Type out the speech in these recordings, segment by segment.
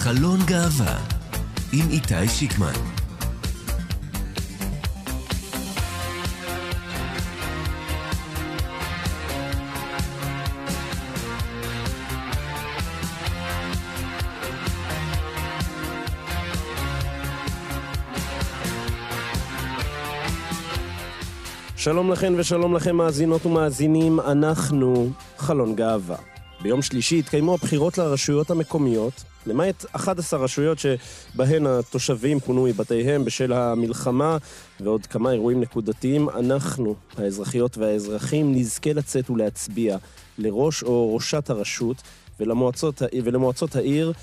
חלון גאווה עם איתי שיקמן. שלום לכן ושלום לכם מאזינות ומאזינים, אנחנו חלון גאווה. ביום שלישי התקיימו הבחירות לרשויות המקומיות, למעט 11 רשויות שבהן התושבים פונו מבתיהם בשל המלחמה ועוד כמה אירועים נקודתיים. אנחנו, האזרחיות והאזרחים, נזכה לצאת ולהצביע לראש או ראשת הרשות ולמועצות העיר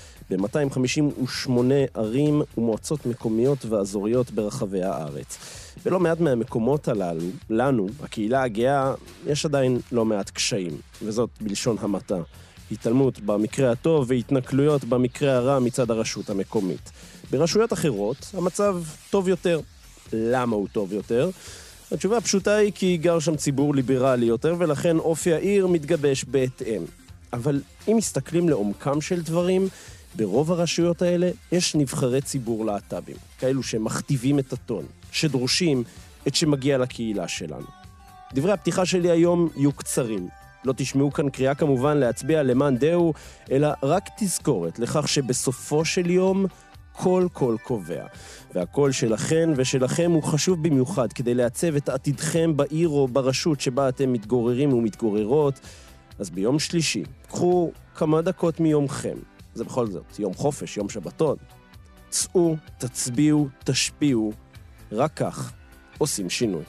ב-258 ערים ומועצות מקומיות ואזוריות ברחבי הארץ. בלא מעט מהמקומות הללו, לנו, הקהילה הגאה, יש עדיין לא מעט קשיים, וזאת בלשון המעטה. התעלמות במקרה הטוב והתנכלויות במקרה הרע מצד הרשות המקומית. ברשויות אחרות המצב טוב יותר. למה הוא טוב יותר? התשובה הפשוטה היא כי גר שם ציבור ליברלי יותר, ולכן אופי העיר מתגבש בהתאם. אבל אם מסתכלים לעומקם של דברים, ברוב הרשויות האלה יש נבחרי ציבור להט"בים, כאלו שמכתיבים את הטון, שדורשים את שמגיע לקהילה שלנו. דברי הפתיחה שלי היום יהיו קצרים. לא תשמעו כאן קריאה כמובן להצביע למען דאו, אלא רק תזכורת לכך שבסופו של יום כל קול קובע. והקול שלכן ושלכם הוא חשוב במיוחד כדי לעצב את עתידכם בעיר או ברשות שבה אתם מתגוררים ומתגוררות. אז ביום שלישי, קחו כמה דקות מיומכם. זה בכל זאת יום חופש, יום שבתון. צאו, תצביעו, תשפיעו. רק כך עושים שינוי.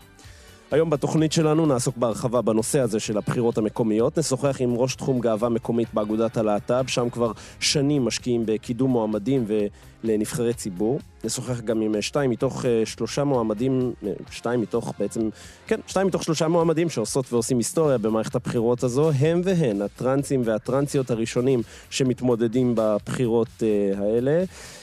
היום בתוכנית שלנו נעסוק בהרחבה בנושא הזה של הבחירות המקומיות. נשוחח עם ראש תחום גאווה מקומית באגודת הלהט"ב, שם כבר שנים משקיעים בקידום מועמדים ולנבחרי ציבור. נשוחח גם עם 2 מתוך 3 מועמדים, 2 מתוך 3 מועמדים שעושות ועושים היסטוריה במערכת הבחירות הזו, הם והן, הטרנסים והטרנסיות הראשונים שמתמודדים בבחירות האלה.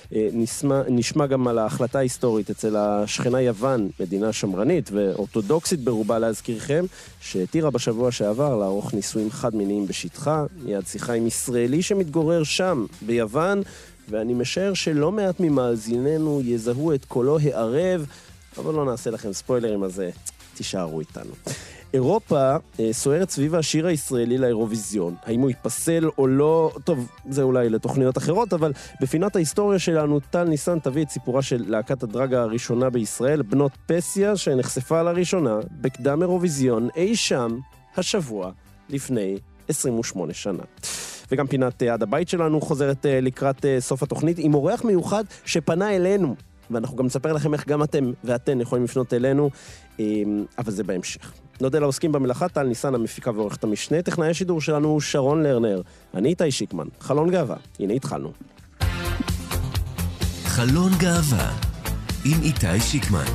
נשמע גם על ההחלטה ההיסטורית אצל השכנה יוון, מדינה שמרנית ואורתודוקסית ברובה להזכירכם, שהתירה בשבוע שעבר לערוך נישואים חד-מיניים בשטחה. מיד שיחה עם ישראלי שמתגורר שם, ביוון, ואני משער שלא מעט ממאזיננו יזהו את קולו הערב, אבל לא נעשה לכם ספוילרים, אז תישארו איתנו. אירופה סוערת סביב השיר הישראלי לאירוויזיון. האם הוא ייפסל או לא? טוב, זה אולי לתוכניות אחרות, אבל בפינת ההיסטוריה שלנו, טל ניסן תביא את סיפורה של להקת הדרג הראשונה בישראל, בנות פסיה, שנחשפה לראשונה בקדם אירוויזיון אי שם השבוע לפני 28 שנה. וגם פינת עד הבית שלנו חוזרת לקראת סוף התוכנית עם אורח מיוחד שפנה אלינו, ואנחנו גם נספר לכם איך גם אתם ואתן יכולים לפנות אלינו, אבל זה בהמשך. נודה לעוסקים במלאכה, טל ניסן המפיקה ועורכת המשנה, טכנאי השידור שלנו שרון לרנר, אני איתי שיקמן, חלון גאווה, הנה התחלנו. חלון גאווה עם איתי שיקמן.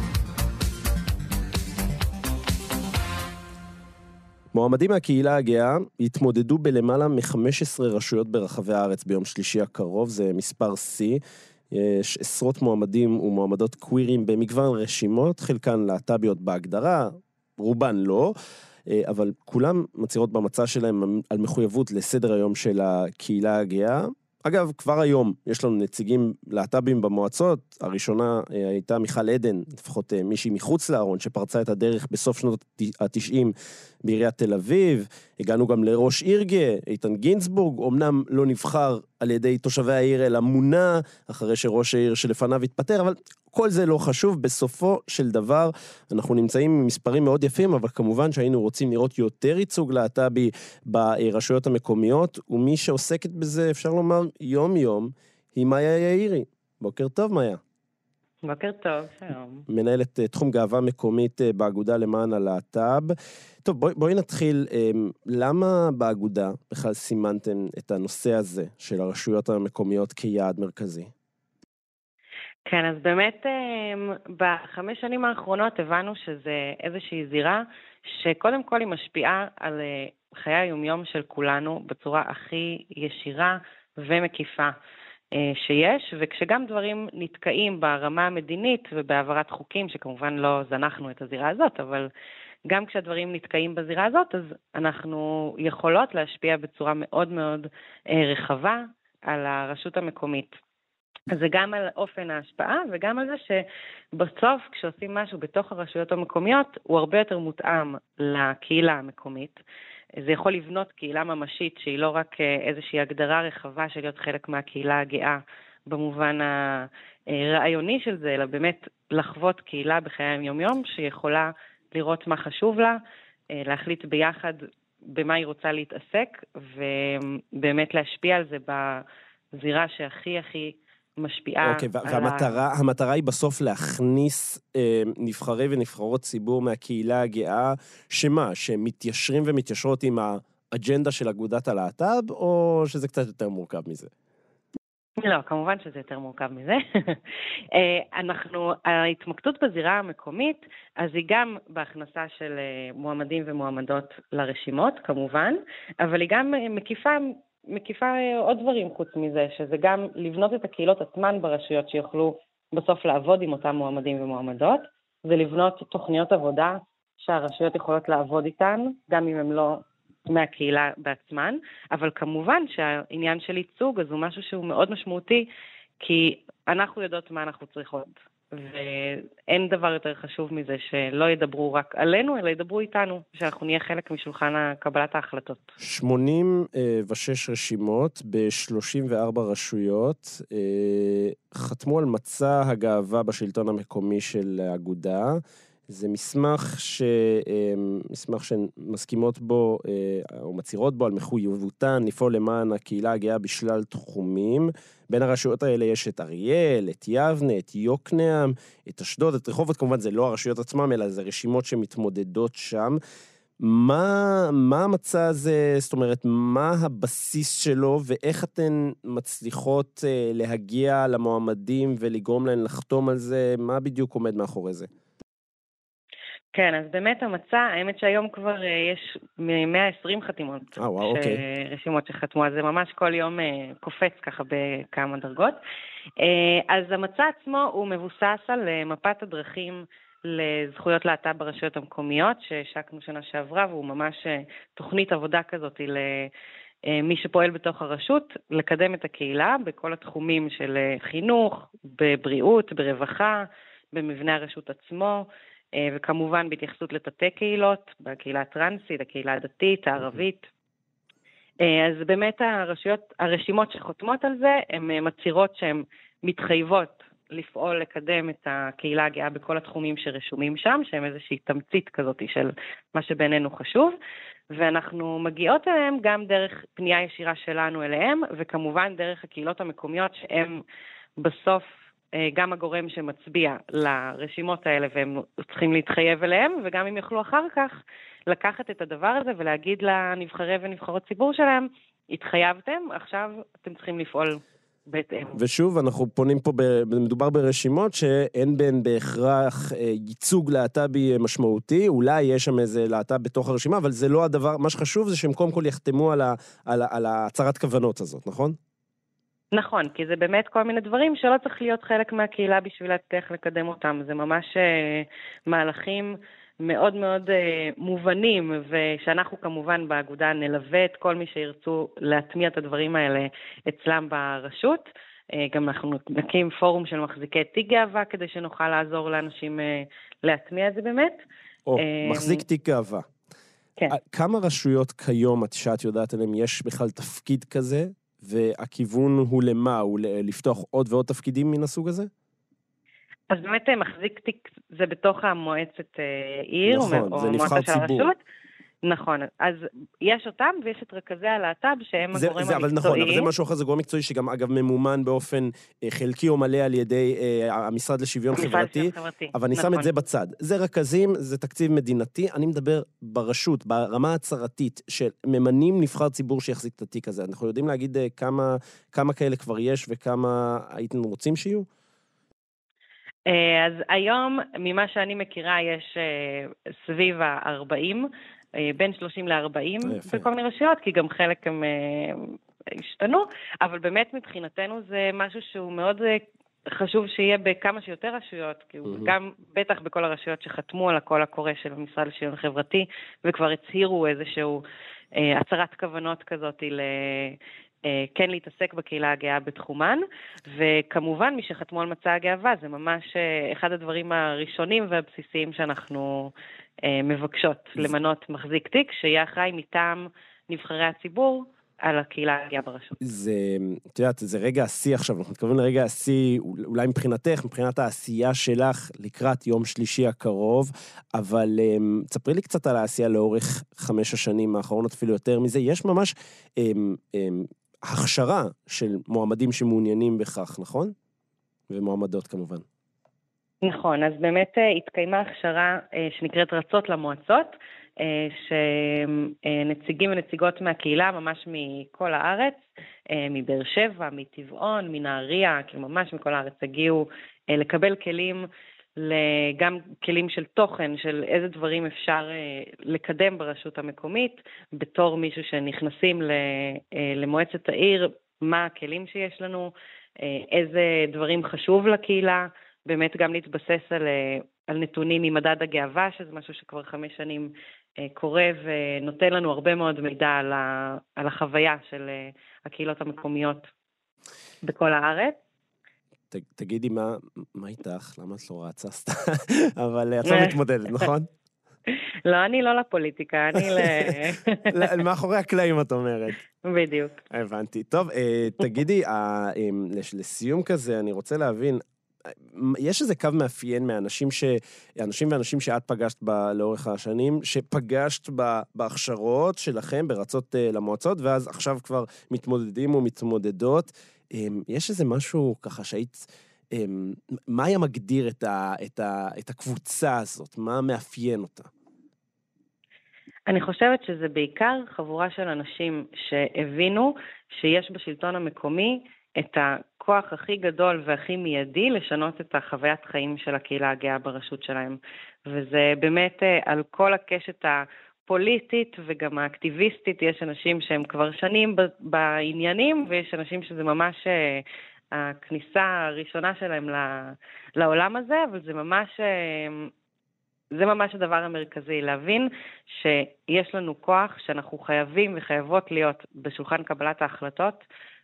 מועמדים מהקהילה הגאה התמודדו בלמעלה מ-15 רשויות ברחבי הארץ ביום שלישי הקרוב, זה מספר C. יש עשרות מועמדים ומועמדות קווירים במגוון רשימות, חלקן להט"ביות בהגדרה, רובן לא, אבל כולם מצהירות במצע שלהם על מחויבות לסדר היום של הקהילה הגאה. אגב, כבר היום יש לנו נציגים להט"בים במועצות. הראשונה הייתה מיכל עדן, לפחות מישהי מחוץ לארון, שפרצה את הדרך בסוף שנות ה-90 בעיריית תל אביב. הגענו גם לראש עיר גאה, איתן גינצבורג, אמנם לא נבחר על ידי תושבי העיר, אלא מונה אחרי שראש העיר שלפניו התפטר, אבל כל זה לא חשוב. בסופו של דבר אנחנו נמצאים עם מספרים מאוד יפים, אבל כמובן שהיינו רוצים לראות יותר ייצוג להט"בי ברשויות המקומיות, ומי שעוסקת בזה, אפשר לומר, יום יום, היא מאיה יאירי. בוקר טוב, מאיה. בוקר טוב, שלום. מנהלת תחום גאווה מקומית באגודה למען הלהט"ב. טוב, בואי נתחיל. למה באגודה בכלל סימנתם את הנושא הזה של הרשויות המקומיות כיעד מרכזי? כן, אז באמת ב5 שנים האחרונות הבנו שזה איזושהי זירה שקודם כל היא משפיעה על חיי היומיום של כולנו בצורה הכי ישירה ומקיפה שיש, וכשגם דברים נתקעים ברמה המדינית ובעברת חוקים, שכמובן לא זנחנו את הזירה הזאת, אבל גם כשהדברים נתקעים בזירה הזאת, אז אנחנו יכולות להשפיע בצורה מאוד מאוד רחבה, על הרשות המקומית. אז זה גם על אופן ההשפעה וגם על זה שבסוף כשעושים משהו בתוך הרשויות המקומיות הוא הרבה יותר מותאם לקהילה המקומית. זה יכול לבנות קהילה ממשית שהיא לא רק איזושהי הגדרה רחבה של להיות חלק מהקהילה הגאה במובן הרעיוני של זה, אלא באמת לחוות קהילה בחיי היום-יום שיכולה לראות מה חשוב לה, להחליט ביחד במה היא רוצה להתעסק ובאמת להשפיע על זה בזירה שהכי משפיעה. אוקיי, והמטרה היא בסוף להכניס נבחרי ונבחרות ציבור מהקהילה הגאה, שמתיישרים ומתיישרות עם האג'נדה של אגודת הלהט"ב, או שזה קצת יותר מורכב מזה? לא, כמובן שזה יותר מורכב מזה. ההתמקדות בזירה המקומית, אז היא גם בהכנסה של מועמדים ומועמדות לרשימות, כמובן, אבל היא גם מקיפה עוד דברים חוץ מזה, שזה גם לבנות את הקהילות עצמן ברשויות שיוכלו בסוף לעבוד עם אותם מועמדים ומועמדות, ולבנות תוכניות עבודה שהרשויות יכולות לעבוד איתן, גם אם הם לא מהקהילה בעצמן, אבל כמובן שהעניין של ייצוג אז הוא משהו שהוא מאוד משמעותי, כי אנחנו יודעות מה אנחנו צריכות, ואין דבר יותר חשוב מזה שלא ידברו רק עלינו, אלא ידברו איתנו, שאנחנו נהיה חלק משולחן קבלת ההחלטות. 86 רשימות ב-34 רשויות חתמו על מצע הגאווה בשלטון המקומי של האגודה. זה מסמך שמסכימות בו, או מצירות בו על מחויבותן לפעול למען הקהילה הגאה בשלל תחומים. בין הרשויות האלה יש את אריאל, את יבנה, את יוקנעם, את אשדוד, את רחובות. כמובן זה לא הרשויות עצמם, אלא זה רשימות שמתמודדות שם. מה המצע הזה, זאת אומרת, מה הבסיס שלו, ואיך אתן מצליחות להגיע למועמדים ולגרום להן לחתום על זה? מה בדיוק עומד מאחורי זה? כן, אז באמת המצע, האמת שהיום כבר יש 120 חתימות. רשימות שחתמו, אז זה ממש כל יום קופץ ככה בכמה דרגות. אז המצע עצמו הוא מבוסס על מפת הדרכים לזכויות להט"ב ברשויות המקומיות, שהשקנו שנה שעברה, והוא ממש תוכנית עבודה כזאת למי שפועל בתוך הרשות, לקדם את הקהילה בכל התחומים של חינוך, בבריאות, ברווחה, במבנה הרשות עצמו, וכמובן בהתייחסות לתתי קהילות, בקהילה הטרנסית, הקהילה הדתית, הערבית. אז באמת הרשימות שחותמות על זה, הן מצירות שהן מתחייבות לפעול לקדם את הקהילה הגאה בכל התחומים שרשומים שם, שהם איזושהי תמצית כזאת של מה שבינינו חשוב, ואנחנו מגיעות אליהם גם דרך פנייה ישירה שלנו אליהם, וכמובן דרך הקהילות המקומיות שהן בסוף גם הגורם שמצביע לרשימות האלה, והם צריכים להתחייב אליהם, וגם אם יוכלו אחר כך לקחת את הדבר הזה ולהגיד לנבחרי ונבחרות ציבור שלהם, התחייבתם, עכשיו אתם צריכים לפעול בהתאם. ושוב, אנחנו פונים פה, מדובר ברשימות שאין בהן בהכרח ייצוג להט"בי משמעותי, אולי יש שם איזה להט"ב בתוך הרשימה, אבל זה לא הדבר, מה שחשוב זה שהם קודם כל יחתמו על ההצהרת כוונות הזאת, נכון? נכון, כי זה באמת כל מיני דברים שלא צריך להיות חלק מהקהילה בשביל להצליח לקדם אותם. זה ממש מהלכים מאוד מאוד מובנים, ושאנחנו כמובן באגודה נלווה את כל מי שירצו להטמיע את הדברים האלה אצלם ברשות. גם אנחנו נקים פורום של מחזיקי תיק גאווה, כדי שנוכל לעזור לאנשים להטמיע את זה באמת. מחזיק תיק גאווה. כן. כמה רשויות כיום, שאת יודעת עליהם, יש בכלל תפקיד כזה? והכיוון הוא למה? הוא לפתוח עוד ועוד תפקידים מן הסוג הזה? אז באמת מחזיק תיק זה בתוך המועצת עיר, נכון, או זה נבחר מועצה של ציבור. הרשות. נכון, אז יש אותם ויש את רכזי הלהט"ב שהם הגורם המקצועי. אבל נכון, אבל זה משהו אחר, זה גורם מקצועי שגם אגב ממומן באופן חלקי או מלא על ידי המשרד לשוויון חברתי, אבל אני שם את זה בצד. זה רכזים, זה תקציב מדינתי, אני מדבר ברשות, ברמה הצהרתית, שממנים נבחר ציבור שיחזיק את התיק הזה. אנחנו יודעים להגיד כמה כאלה כבר יש וכמה הייתם רוצים שיהיו? אז היום, ממה שאני מכירה, יש סביב ה-40, בין 30 ל-40 בכל מיני רשויות, כי גם חלק הם השתנו, אבל באמת מבחינתנו זה משהו שהוא מאוד חשוב שיהיה בכמה שיותר רשויות, כי הוא גם בטח בכל הרשויות שחתמו על הקול הקורא של המשרד לשוויון חברתי, וכבר הצהירו איזשהו הצהרת כוונות כזאת כן להתעסק בקהילה הגאה בתחומן, וכמובן מי שחתמו על מצע הגאווה, זה ממש אחד הדברים הראשונים והבסיסיים שאנחנו מבקשות למנות מחזיק תיק, שיהיה אחראי מטעם נבחרי הציבור, על הקהילה הגאה ברשות. זה, את יודעת, זה רגע השיא עכשיו, אנחנו מתכוונים לרגע השיא, אולי מבחינתך, מבחינת העשייה שלך לקראת יום שלישי הקרוב, אבל תספרי לי קצת על העשייה לאורך 5 השנים האחרונות, אפילו יותר מזה, יש ממש הכשרה של מועמדים שמעוניינים בכך, נכון? ומועמדות כמובן. נכון, אז באמת התקיימה הכשרה שנקראת רצות למועצות, שנציגים ונציגות מהקהילה, ממש מכל הארץ, מבאר שבע, מטבעון, מנהריה, כאילו ממש מכל הארץ הגיעו לקבל כלים, גם כלים של תוכן, של איזה דברים אפשר לקדם ברשות המקומית, בתור מישהו שנכנסים למועצת העיר, מה הכלים שיש לנו, איזה דברים חשוב לקהילה, באמת גם להתבסס על נתונים ממדד הגאווה, שזה משהו שכבר 5 שנים קורה ונותן לנו הרבה מאוד מידע על החוויה של הקהילות המקומיות בכל הארץ. תגידי, מה איתך? למה את לא רצה סתם? אבל את לא מתמודדת, נכון? לא, אני לא לפוליטיקה, אני מאחורי הקלעים, את אומרת. בדיוק. הבנתי. טוב, תגידי, לסיום כזה, אני רוצה להבין, יש איזה קו מאפיין מאנשים ואנשים שאת פגשת לאורך השנים, שפגשת בהכשרות שלכם, ברצות למועצות, ואז עכשיו כבר מתמודדים ומתמודדות. יש איזה משהו ככה שהיית, מה היה מגדיר את הקבוצה הזאת? מה מאפיין אותה? אני חושבת שזה בעיקר חבורה של אנשים שהבינו שיש בשלטון המקומי את הכוח הכי גדול והכי מיידי לשנות את החוויית חיים של הקהילה הגאה ברשות שלהם. וזה באמת על כל הקשת הפוליטית וגם האקטיביסטית, יש אנשים שהם כבר שנים בעניינים, ויש אנשים שזה ממש הכניסה הראשונה שלהם לעולם הזה, אבל זה ממש הדבר המרכזי, להבין שיש לנו כוח שאנחנו חייבים וחייבות להיות בשולחן קבלת ההחלטות,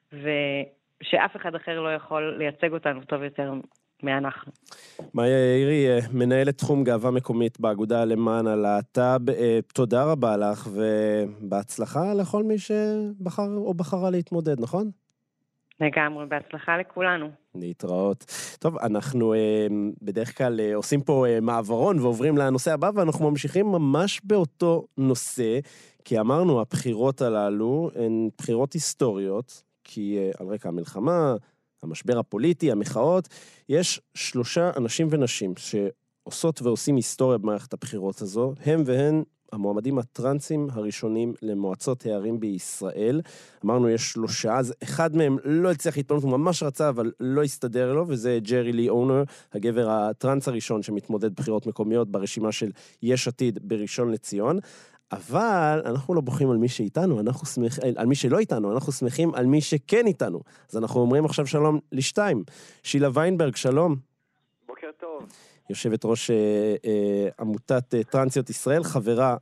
ושאף אחד אחר לא יכול לייצג אותנו טוב יותר מאנחנו. מאיה יאירי, מנהלת תחום גאווה מקומית באגודה למען הלהט"ב, תודה רבה לך, ובהצלחה לכל מי שבחר או בחרה להתמודד, נכון? לגמרי, בהצלחה לכולנו. להתראות. טוב, אנחנו בדרך כלל עושים פה מעברון ועוברים לנושא הבא, ואנחנו ממשיכים ממש באותו נושא, כי אמרנו, הבחירות הללו הן בחירות היסטוריות, כי על רקע המלחמה, המשבר הפוליטי, המחאות, יש 3 אנשים ונשים שעושות ועושים היסטוריה במערכת הבחירות הזו, הם והן המועמדים הטרנסים הראשונים למועצות הערים בישראל. אמרנו, יש 3, אז אחד מהם לא הצליח להתפנות, הוא ממש רצה, אבל לא הסתדר לו, וזה ג'רי לי אונר, הגבר הטרנס הראשון שמתמודד בחירות מקומיות ברשימה של יש עתיד בראשון לציון. אבל אנחנו לא בוחרים על מי שאיתנו, על מי שלא איתנו, אנחנו שמחים על מי שכן איתנו. אז אנחנו אומרים עכשיו שלום לשתיים. שילה ויינברג, שלום. בוקר טוב. יושבת ראש עמותת טרנסיות ישראל, חברה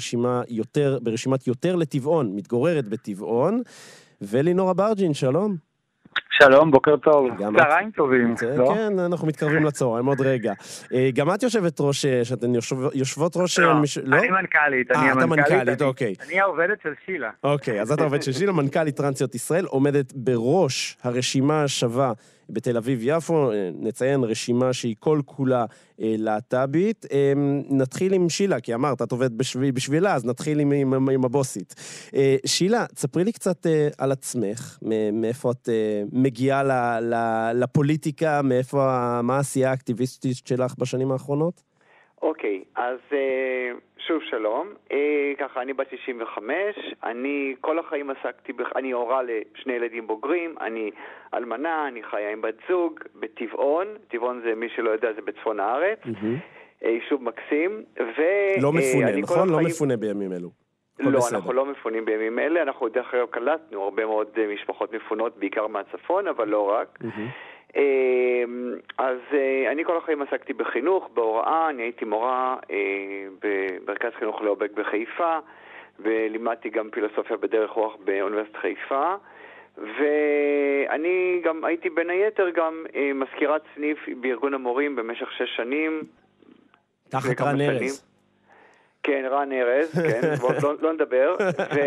ברשימת יותר לטבעון, מתגוררת בטבעון, ולינור אברג'ין, שלום. שלום, בוקר טוב. צהריים טובים. כן, אנחנו מתקרבים לצהריים, עוד רגע. גם את יושבת ראש, שאתן יושבות ראש... לא, אני מנכ"לית. אתה מנכ"לית, אוקיי. אני העובדת של שילה. אוקיי, אז אתה עובדת של שילה, מנכ"לית טרנסיות ישראל, עומדת בראש הרשימה השווה בתל אביב-יפו, נציין רשימה שהיא כל כולה להט"בית. נתחיל עם שילה, כי אמרת, את עובדת בשבילה, אז נתחיל עם הבוסית. שילה, תספרי לי קצת על עצמך, מאיפה את מגיעה לפוליטיקה, מה העשייה האקטיביסטית שלך בשנים האחרונות? אוקיי, אז שוב שלום. ככה, אני בת 65, אני כל החיים עסקתי, אני הורה ל2 ילדים בוגרים, אני אלמנה, אני חיה עם בת זוג, בטבעון, טבעון זה מי שלא יודע, זה בצפון הארץ, יישוב מקסים, לא מפונה, נכון? לא מפונה בימים אלו. לא, אנחנו לא מפונים בימים אלה, אנחנו דרך אגב קלטנו הרבה מאוד משפחות מפונות, בעיקר מהצפון, אבל לא רק. אז אני כל החיים עסקתי בחינוך, בהוראה, אני הייתי מורה במרכז חינוך לאובק בחיפה, ולימדתי גם פילוסופיה בדרך רוח באוניברסיטת חיפה, ואני גם הייתי בין היתר גם מזכירת סניף בארגון המורים במשך 6 שנים. תחת רן ארז. כן, רן ארז, כן, לא נדבר.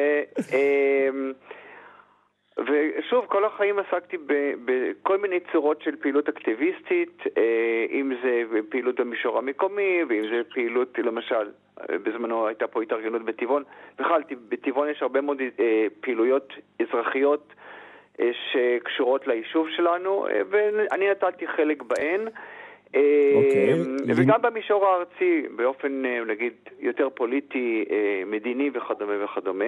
ושוב, כל החיים עסקתי בכל מיני צורות של פעילות אקטיביסטית, אם זה פעילות במישור המקומי, ואם זה פעילות, למשל, בזמנו הייתה פה התארגנות בטבעון. בכלל, בטבעון יש הרבה מאוד פעילויות אזרחיות שקשורות ליישוב שלנו, ואני נטלתי חלק בהן. וגם במישור הארצי, באופן, נגיד, יותר פוליטי, מדיני וכדומה וכדומה.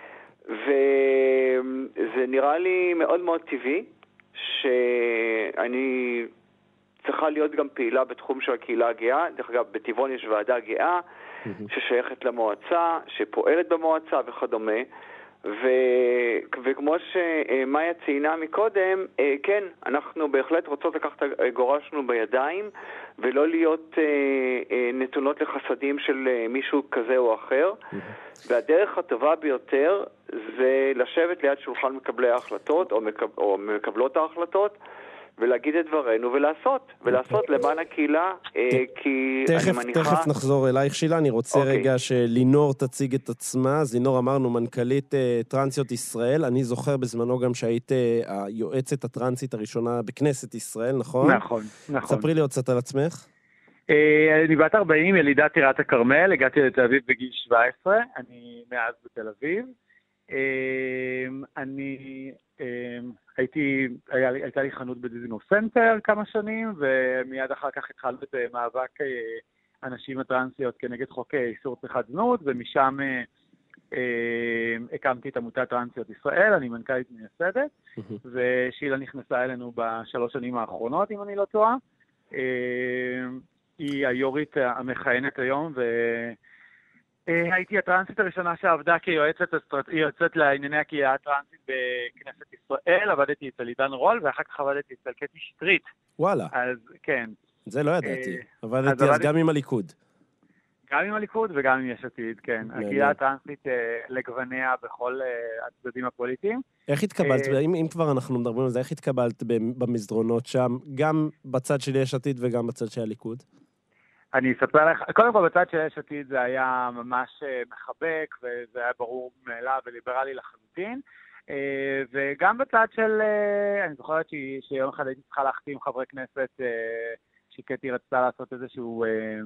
וזה נראה לי מאוד מאוד טבעי שאני צריכה להיות גם פעילה בתחום של הקהילה הגאה. דרך אגב, בטבעון יש ועדה גאה ששייכת למועצה, שפועלת במועצה וכדומה. וכמו שמאיה ציינה מקודם, כן, אנחנו בהחלט רוצות לקחת גורל שלנו בידיים ולא להיות נתונות לחסדים של מישהו כזה או אחר. והדרך הטובה ביותר זה לשבת ליד שולחן מקבלי ההחלטות או מקבלות ההחלטות ולהגיד את דברנו ולעשות למען הקהילה, כי אני מניחה... תכף נחזור אלייך שילה, אני רוצה רגע שלינור תציג את עצמה. אז לינור, אמרנו, מנכ"לית טרנסיות ישראל, אני זוכר בזמנו גם שהיית היועצת הטרנסית הראשונה בכנסת ישראל, נכון? נכון. ספרי לי עוד קצת על עצמך. אני בת 40, ילידת טירת הכרמל, הגעתי לתל אביב בגיל 17, אני מאז בתל אביב. הייתה לי חנות בדיזינגוף סנטר כמה שנים, ומיד אחר כך התחלתי את מאבק הנשים הטרנסיות כנגד חוק איסור צריכת זנות, ומשם הקמתי את עמותת טרנסיות ישראל, אני מנכ"לית מייסדת, ושילה נכנסה אלינו ב3 שנים האחרונות, אם אני לא טועה. היא היורית המכהנת היום, הייתי הטרנסית הראשונה שעבדה כיועצת לענייני הקהילה הטרנסית בכנסת ישראל, עבדתי אצל עידן רול, ואחר כך עבדתי אצל קטי שטרית. וואלה. אז כן. זה לא ידעתי. עבדתי אז גם עם הליכוד. גם עם הליכוד וגם עם יש עתיד, כן. הקהילה הטרנסית לגווניה בכל הצדדים הפוליטיים. איך התקבלת, אם כבר אנחנו מדברים על זה, איך התקבלת במסדרונות שם, גם בצד של יש עתיד וגם בצד של הליכוד? אני אספר לך, קודם כל בצד של יש עתיד זה היה ממש מחבק, וזה היה ברור מאליו וליברלי לחלוטין, וגם בצד של, אני זוכרת שיום אחד הייתי צריכה להחתים חברי כנסת, שקטי רצתה לעשות איזשהו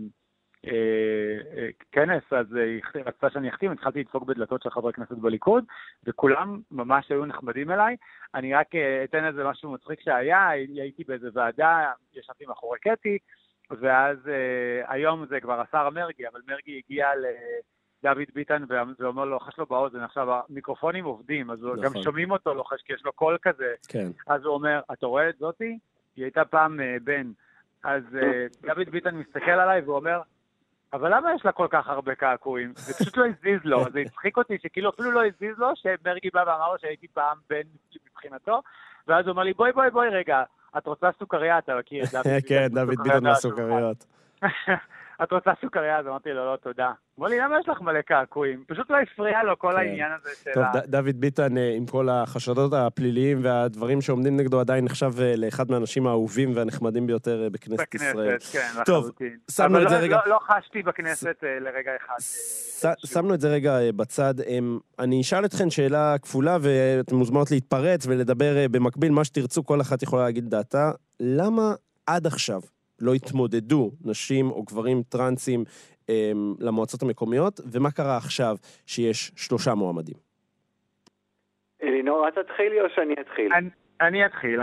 כנס, אז היא רצתה שאני אחתים, התחלתי לדפוק בדלתות של חברי כנסת בליכוד, וכולם ממש היו נחמדים אליי. אני רק אתן איזה משהו מצחיק שהיה, הייתי באיזה ועדה, ישבתי מאחורי קטי, ואז היום זה כבר השר מרגי, אבל מרגי הגיע לדוד ביטן ואומר לו, לוחש לו באוזן, עכשיו המיקרופונים עובדים, אז גם שומעים אותו לוחש, כי יש לו קול כזה. כן. אז הוא אומר, אתה רואה את זאתי? היא הייתה פעם בן. אז דוד ביטן מסתכל עליי והוא אומר, אבל למה יש לה כל כך הרבה קעקועים? זה פשוט לא הזיז לו, זה הצחיק אותי שכאילו אפילו לא הזיז לו, שמרגי בא ואמר לו שהייתי פעם בן מבחינתו, ואז הוא אומר לי, בואי רגע, את רוצה סוכריה, אתה מכיר, כן, דוד ביטן מהסוכריות. את רוצה סוכריה, אז אמרתי לו, לא, תודה. אמר לי, למה יש לך מלא קעקועים? פשוט לא הפריע לו כל העניין הזה של... טוב, דוד ביטן, עם כל החשדות הפליליים והדברים שעומדים נגדו, עדיין נחשב לאחד מהאנשים האהובים והנחמדים ביותר בכנסת ישראל. בכנסת, כן, לחלוטין. שמנו את זה רגע... לא חשתי בכנסת לרגע אחד. שמנו את זה רגע בצד. אני אשאל אתכן שאלה כפולה, ואתם מוזמנות להתפרץ ולדבר במקביל מה שתרצו, כל אחת יכולה להגיד דעתה. למה עד עכשיו לא התמודדו נשים או גברים טרנסים למועצות המקומיות, ומה קרה עכשיו שיש 3 מועמדים? אלינור, את תתחילי או שאני אתחיל? אני אתחיל.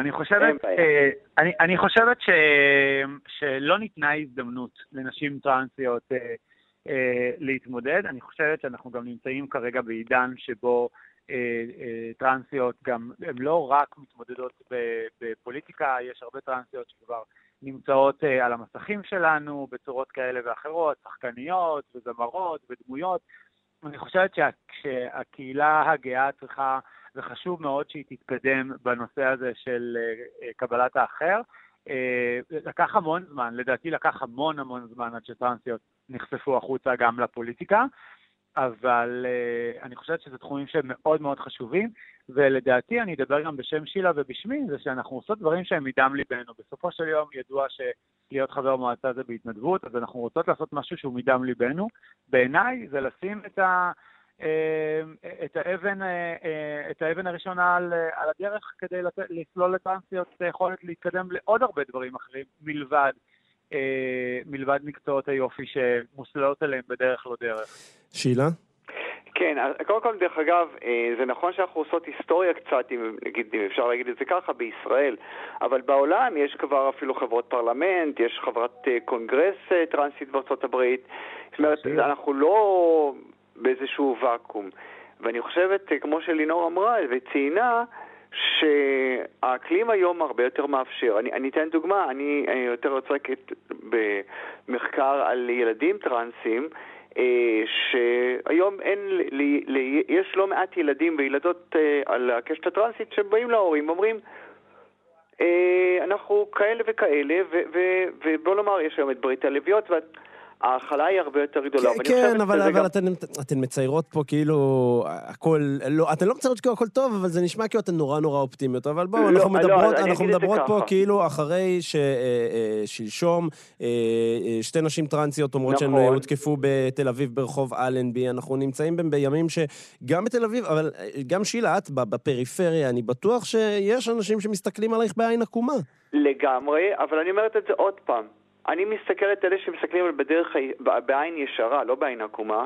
אני חושבת שלא ניתנה הזדמנות לנשים טרנסיות להתמודד. אני חושבת שאנחנו גם נמצאים כרגע בעידן שבו טרנסיות גם, הן לא רק מתמודדות בפוליטיקה, יש הרבה טרנסיות שכבר נמצאות על המסכים שלנו בצורות כאלה ואחרות, שחקניות וזמרות ודמויות. אני חושבת שהקהילה הגאה צריכה, זה חשוב מאוד שהיא תתקדם בנושא הזה של קבלת האחר. לקח המון זמן, לדעתי לקח המון זמן עד שטרנסיות נחשפו החוצה גם לפוליטיקה, אבל אני חושבת שזה תחומים שהם מאוד מאוד חשובים, ולדעתי אני אדבר גם בשם שילה ובשמי, זה שאנחנו עושות דברים שהם מדם ליבנו. בסופו של יום ידוע שלהיות חבר מועצה זה בהתנדבות, אז אנחנו רוצות לעשות משהו שהוא מדם ליבנו. בעיניי זה לשים את האבן הראשונה על הדרך כדי לסלול לטרנסיות יכולת להתקדם לעוד הרבה דברים אחרים מלבד מקצועות היופי שמוסללות עליהם בדרך לא דרך. שילה? כן, קודם כל, דרך אגב, זה נכון שאנחנו עושות היסטוריה קצת, אם אפשר להגיד את זה ככה, בישראל, אבל בעולם יש כבר אפילו חברות פרלמנט, יש חברת קונגרס טרנסית בארצות הברית, זאת אומרת, אנחנו לא באיזשהו ואקום. ואני חושבת, כמו שלינור אמרה וציינה, שהאקלים היום הרבה יותר מאפשר. אני אתן דוגמה, אני יותר עוסקת במחקר על ילדים טרנסים, שהיום יש לא מעט ילדים וילדות על הקשת הטרנסית שבאים להורים ואומרים, אנחנו כאלה וכאלה, ובוא נאמר, יש היום את ברית הלוויות, ההחלה היא הרבה יותר גדולה. כן, אבל אתן מציירות פה כאילו הכל, אתן לא מציירות כאילו הכל טוב, אבל זה נשמע כאילו אתן נורא אופטימיות, אבל בואו, אנחנו מדברות פה כאילו אחרי ששלשום שתי נשים טרנסיות אומרות שהן הותקפו בתל אביב ברחוב אלנבי, אנחנו נמצאים בימים שגם בתל אביב, אבל גם שילה, את בפריפריה, אני בטוח שיש אנשים שמסתכלים עלייך בעין עקומה. לגמרי, אבל אני אומרת את זה עוד פעם. אני מסתכלת אלה שמסתכלים על בדרך בעין ישרה, לא בעין עקומה,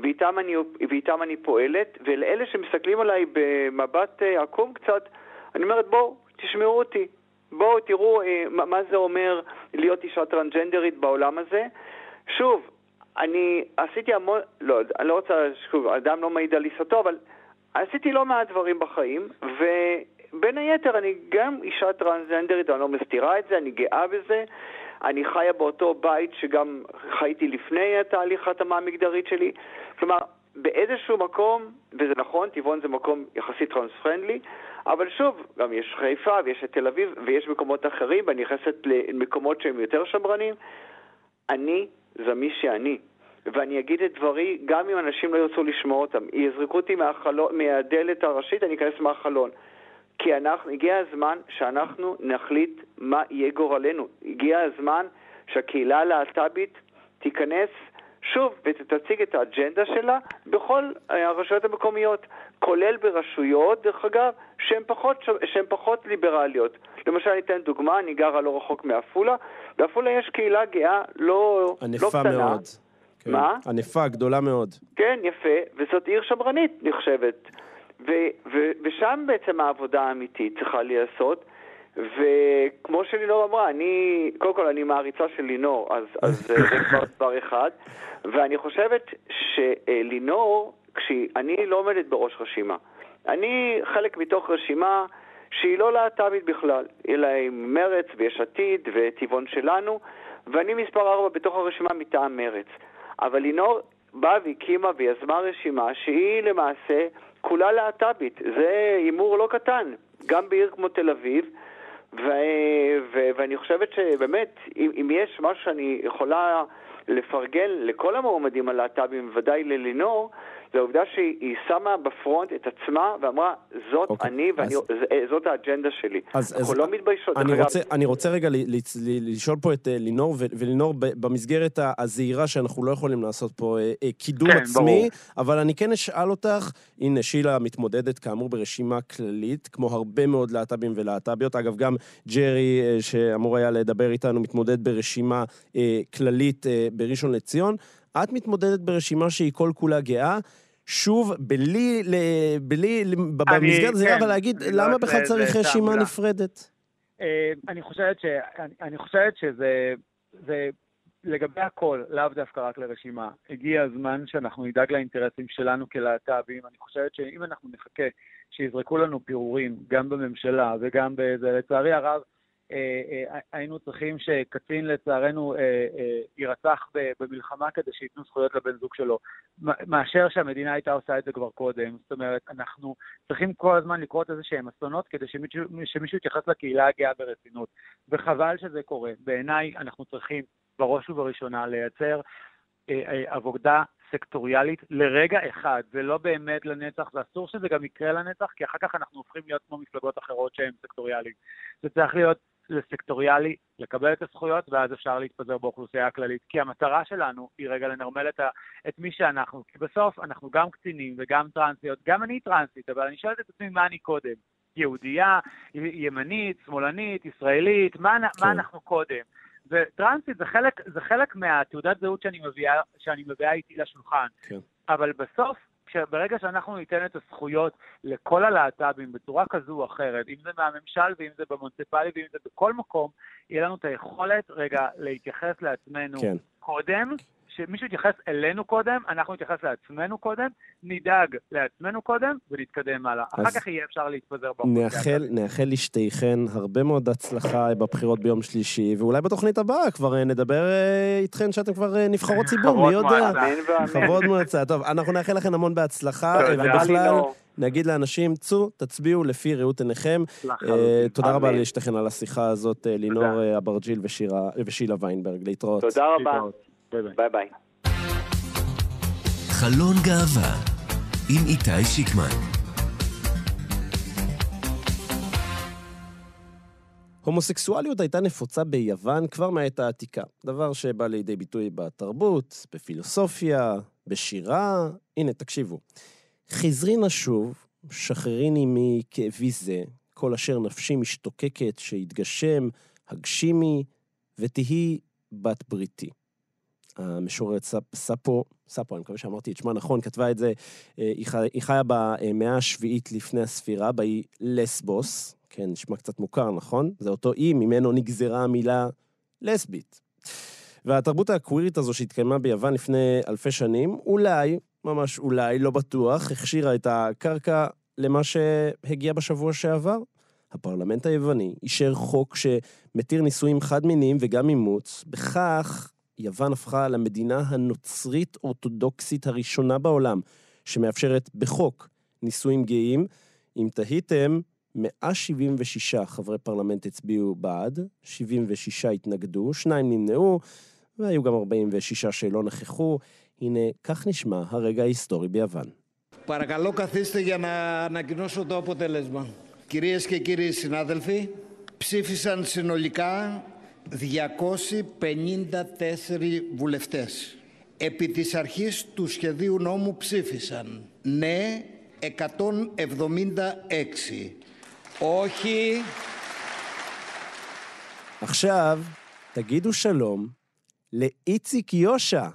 ואיתם אני פועלת, ולאלה שמסתכלים עליי במבט עקום קצת, אני אומרת, בואו, תשמעו אותי, בואו תראו מה זה אומר להיות אישה טרנסג'נדרית בעולם הזה. שוב, אני עשיתי המון, לא, אני לא רוצה, שוב, אדם לא מעיד על עיסתו, אבל עשיתי לא מעט דברים בחיים, ובין היתר אני גם אישה טרנסג'נדרית, אני לא מסתירה את זה, אני גאה בזה, אני חיה באותו בית שגם חייתי לפני תהליך ההתאמה המגדרית שלי. כלומר, באיזשהו מקום, וזה נכון, טבעון זה מקום יחסית טרנס-פרנדלי, אבל שוב, גם יש חיפה ויש את תל אביב ויש מקומות אחרים, ואני נכנסת למקומות שהם יותר שמרנים. אני זה מי שאני. ואני אגיד את דברי, גם אם אנשים לא ירצו לשמוע אותם. יזרקו אותי מהדלת הראשית, אני אכנס מהחלון. כי הגיע הזמן שאנחנו נחליט מה יהיה גורלנו. הגיע הזמן שהקהילה הלהט"בית תיכנס שוב ותציג את האג'נדה שלה בכל הרשויות המקומיות, כולל ברשויות, דרך אגב, שהן פחות ליברליות. למשל, אני אתן דוגמה, אני גרה לא רחוק מאפולה, באפולה יש קהילה גאה לא קטנה. ענפה מאוד. כן. מה? ענפה, גדולה מאוד. כן, יפה, וזאת עיר שמרנית נחשבת. ושם בעצם העבודה האמיתית צריכה להיעשות, וכמו שלינור אמרה, קודם כל אני מעריצה של לינור, אז זה כבר דבר אחד, ואני חושבת שלינור, אני לא עומדת בראש רשימה, אני חלק מתוך רשימה שהיא לא להט"בית בכלל, אלא עם מרץ ויש עתיד וטבעון שלנו, ואני מספר 4 בתוך הרשימה מטעם מרץ, אבל לינור באה והקימה ויזמה רשימה שהיא למעשה כולה להט"בית. זה אימור לא קטן, גם בעיר כמו תל אביב, ואני חושבת שבאמת, אם יש משהו שאני יכולה לפרגן לכל המועמדים הלהט"בים, ודאי ללינור, זה העובדה שהיא שמה בפרונט את עצמה ואמרה, זאת אני וזאת האג'נדה שלי. אנחנו לא מתביישות. אני רוצה רגע לשאול פה את לינור, ולינור במסגרת הזהירה שאנחנו לא יכולים לעשות פה קידום עצמי, אבל אני כן אשאל אותך, הנה שילה מתמודדת כאמור ברשימה כללית, כמו הרבה מאוד להט"בים ולהט"ביות, אגב גם ג'רי שאמור היה לדבר איתנו מתמודד ברשימה כללית בראשון לציון, את מתמודדת ברשימה שהיא כל כולה גאה, שוב, במסגרת זה אבל להגיד, למה בכלל צריך רשימה נפרדת? אני חושבת שזה לגבי הכל, לאו דווקא רק לרשימה. הגיע הזמן שאנחנו נדאג לאינטרסים שלנו כלהט"בים. אני חושבת שאם אנחנו נחכה שיזרקו לנו פירורים, גם בממשלה וגם בזה, לצערי הרב, היינו צריכים שקצין לצערנו ירצח במלחמה כדי שיתנו זכויות לבן זוג שלו, מאשר שהמדינה הייתה עושה את זה כבר קודם. זאת אומרת, אנחנו צריכים כל הזמן לקרות איזה שהם אסונות כדי שמישהו יתייחס לקהילה הגאה ברצינות, וחבל שזה קורה. בעיניי אנחנו צריכים בראש ובראשונה לייצר עבודה סקטוריאלית לרגע אחד, זה לא באמת לנצח, ואסור שזה גם יקרה לנצח, כי אחר כך אנחנו הופכים להיות כמו מפלגות אחרות שהן סקטוריאליות. זה צריך להיות לסקטוריאלי, לקבל את הזכויות, ואז אפשר להתפזר באוכלוסייה הכללית, כי המטרה שלנו היא רגע לנרמל את מי שאנחנו, כי בסוף אנחנו גם קצינים וגם טרנסיות, גם אני טרנסית, אבל אני שואלת את עצמי מה אני קודם, יהודייה, ימנית, שמאלנית, ישראלית, מה אנחנו קודם? וטרנסית זה חלק מהתעודת זהות שאני מביאה איתי לשולחן. כן. אבל בסוף, ברגע שאנחנו ניתן את הזכויות לכל הלהט"בים בצורה כזו או אחרת, אם זה מהממשל ואם זה במוניציפלי ואם זה בכל מקום, יהיה לנו את היכולת רגע להתייחס לעצמנו כן. קודם, שמישהו יתייחס אלינו קודם, אנחנו נתייחס לעצמנו קודם, נדאג לעצמנו קודם ונתקדם הלאה. אחר כך יהיה אפשר להתפזר באוכלוסייה. נאחל לשתיכן הרבה מאוד הצלחה בבחירות ביום שלישי, ואולי בתוכנית הבאה כבר נדבר איתכן שאתם כבר נבחרות ציבור, מי יודע? חברות מועצה. טוב, אנחנו נאחל לכן המון בהצלחה, ובכלל נגיד לאנשים, תצביעו לפי ראות עיניכם. תודה רבה לשתיכן על השיחה הזאת, לינור אברג'יל ושילה ויינברג. להתראות. תודה רבה. ביי ביי. חלון גאווה עם איתי שיקמן. הומוסקסואליות הייתה נפוצה ביוון כבר מהעת העתיקה, דבר שבא לידי ביטוי בתרבות, בפילוסופיה, בשירה. הנה, תקשיבו. חזרינה שוב, שחרריני מכאבי זה, כל אשר נפשי משתוקקת שיתגשם, הגשימי ותהי בת בריתי. המשוררת ספו, אני מקווה שאמרתי את שמה נכון, כתבה את זה, היא חיה במאה השביעית לפני הספירה, באי לסבוס, כן, נשמע קצת מוכר, נכון? זה אותו אי, ממנו נגזרה המילה לסבית. והתרבות הקווירית הזו שהתקיימה ביוון לפני אלפי שנים, אולי, ממש אולי, לא בטוח, הכשירה את הקרקע למה שהגיע בשבוע שעבר. הפרלמנט היווני אישר חוק שמתיר נישואים חד-מיניים וגם אימוץ, בכך יוון הפכה למדינה הנוצרית אורתודוקסית הראשונה בעולם, שמאפשרת בחוק נישואים גאים. אם תהיתם, 176 חברי פרלמנט הצביעו בעד, 76 התנגדו, 2 נמנעו, והיו גם 46 שלא נכחו. הנה, כך נשמע הרגע ההיסטורי ביוון. Παρακαλώ καθίστε για να ανακοινώσω το αποτέλεσμα. Κυρίες και κύριοι συνάδελφοι, ψήφισαν συνολικά 254 βουλευτές. Επί της αρχής του σχεδίου νόμου ψήφισαν ναι 176. Όχι. עכשיו, תגידו שלום לאיציק יושע.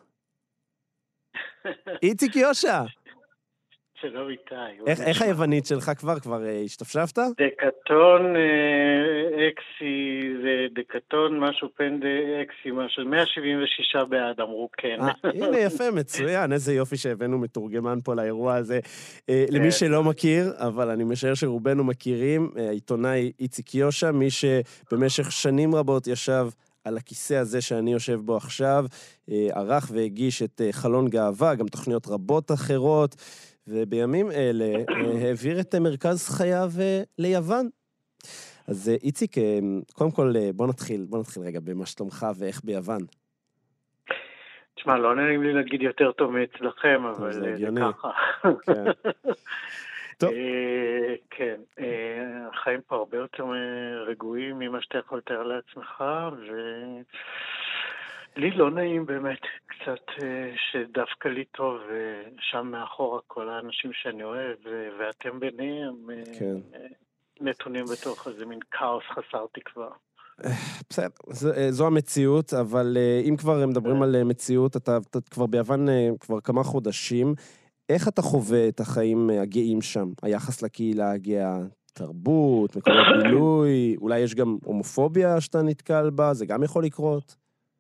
איציק יושע. שלום איתי. איך היוונית שלך כבר השתפשפת? דקטון אקסי, זה דקטון משהו פנדה אקסי, משהו 176 בעד, אמרו כן. הנה יפה, מצוין, איזה יופי שהבאנו מתורגמן פה לאירוע הזה. למי שלא מכיר, אבל אני משער שרובנו מכירים, העיתונאי איציק יושע, מי שבמשך שנים רבות ישב על הכיסא הזה שאני יושב בו עכשיו, ערך והגיש את חלון גאווה, גם תוכניות רבות אחרות, ובימים אלה העביר את מרכז חייו ליוון. אז איציק, קודם כל בוא נתחיל רגע במה שלומך ואיך ביוון. תשמע, לא נעים לי להגיד יותר טוב מאצלכם, אבל זה ככה. טוב. כן, החיים פה הרבה יותר רגועים ממה שאתה יכול לתאר לעצמך, לי לא נעים באמת, קצת שדווקא לי טוב, שם מאחורה כל האנשים שאני אוהב, ואתם ביניהם נתונים בתוך איזה מין כאוס חסר תקווה. בסדר, זו המציאות, אבל אם כבר מדברים על מציאות, אתה כבר ביוון כבר כמה חודשים, איך אתה חווה את החיים הגאים שם? היחס לקהילה הגאה, תרבות, מקומות בילוי, אולי יש גם הומופוביה שאתה נתקל בה, זה גם יכול לקרות?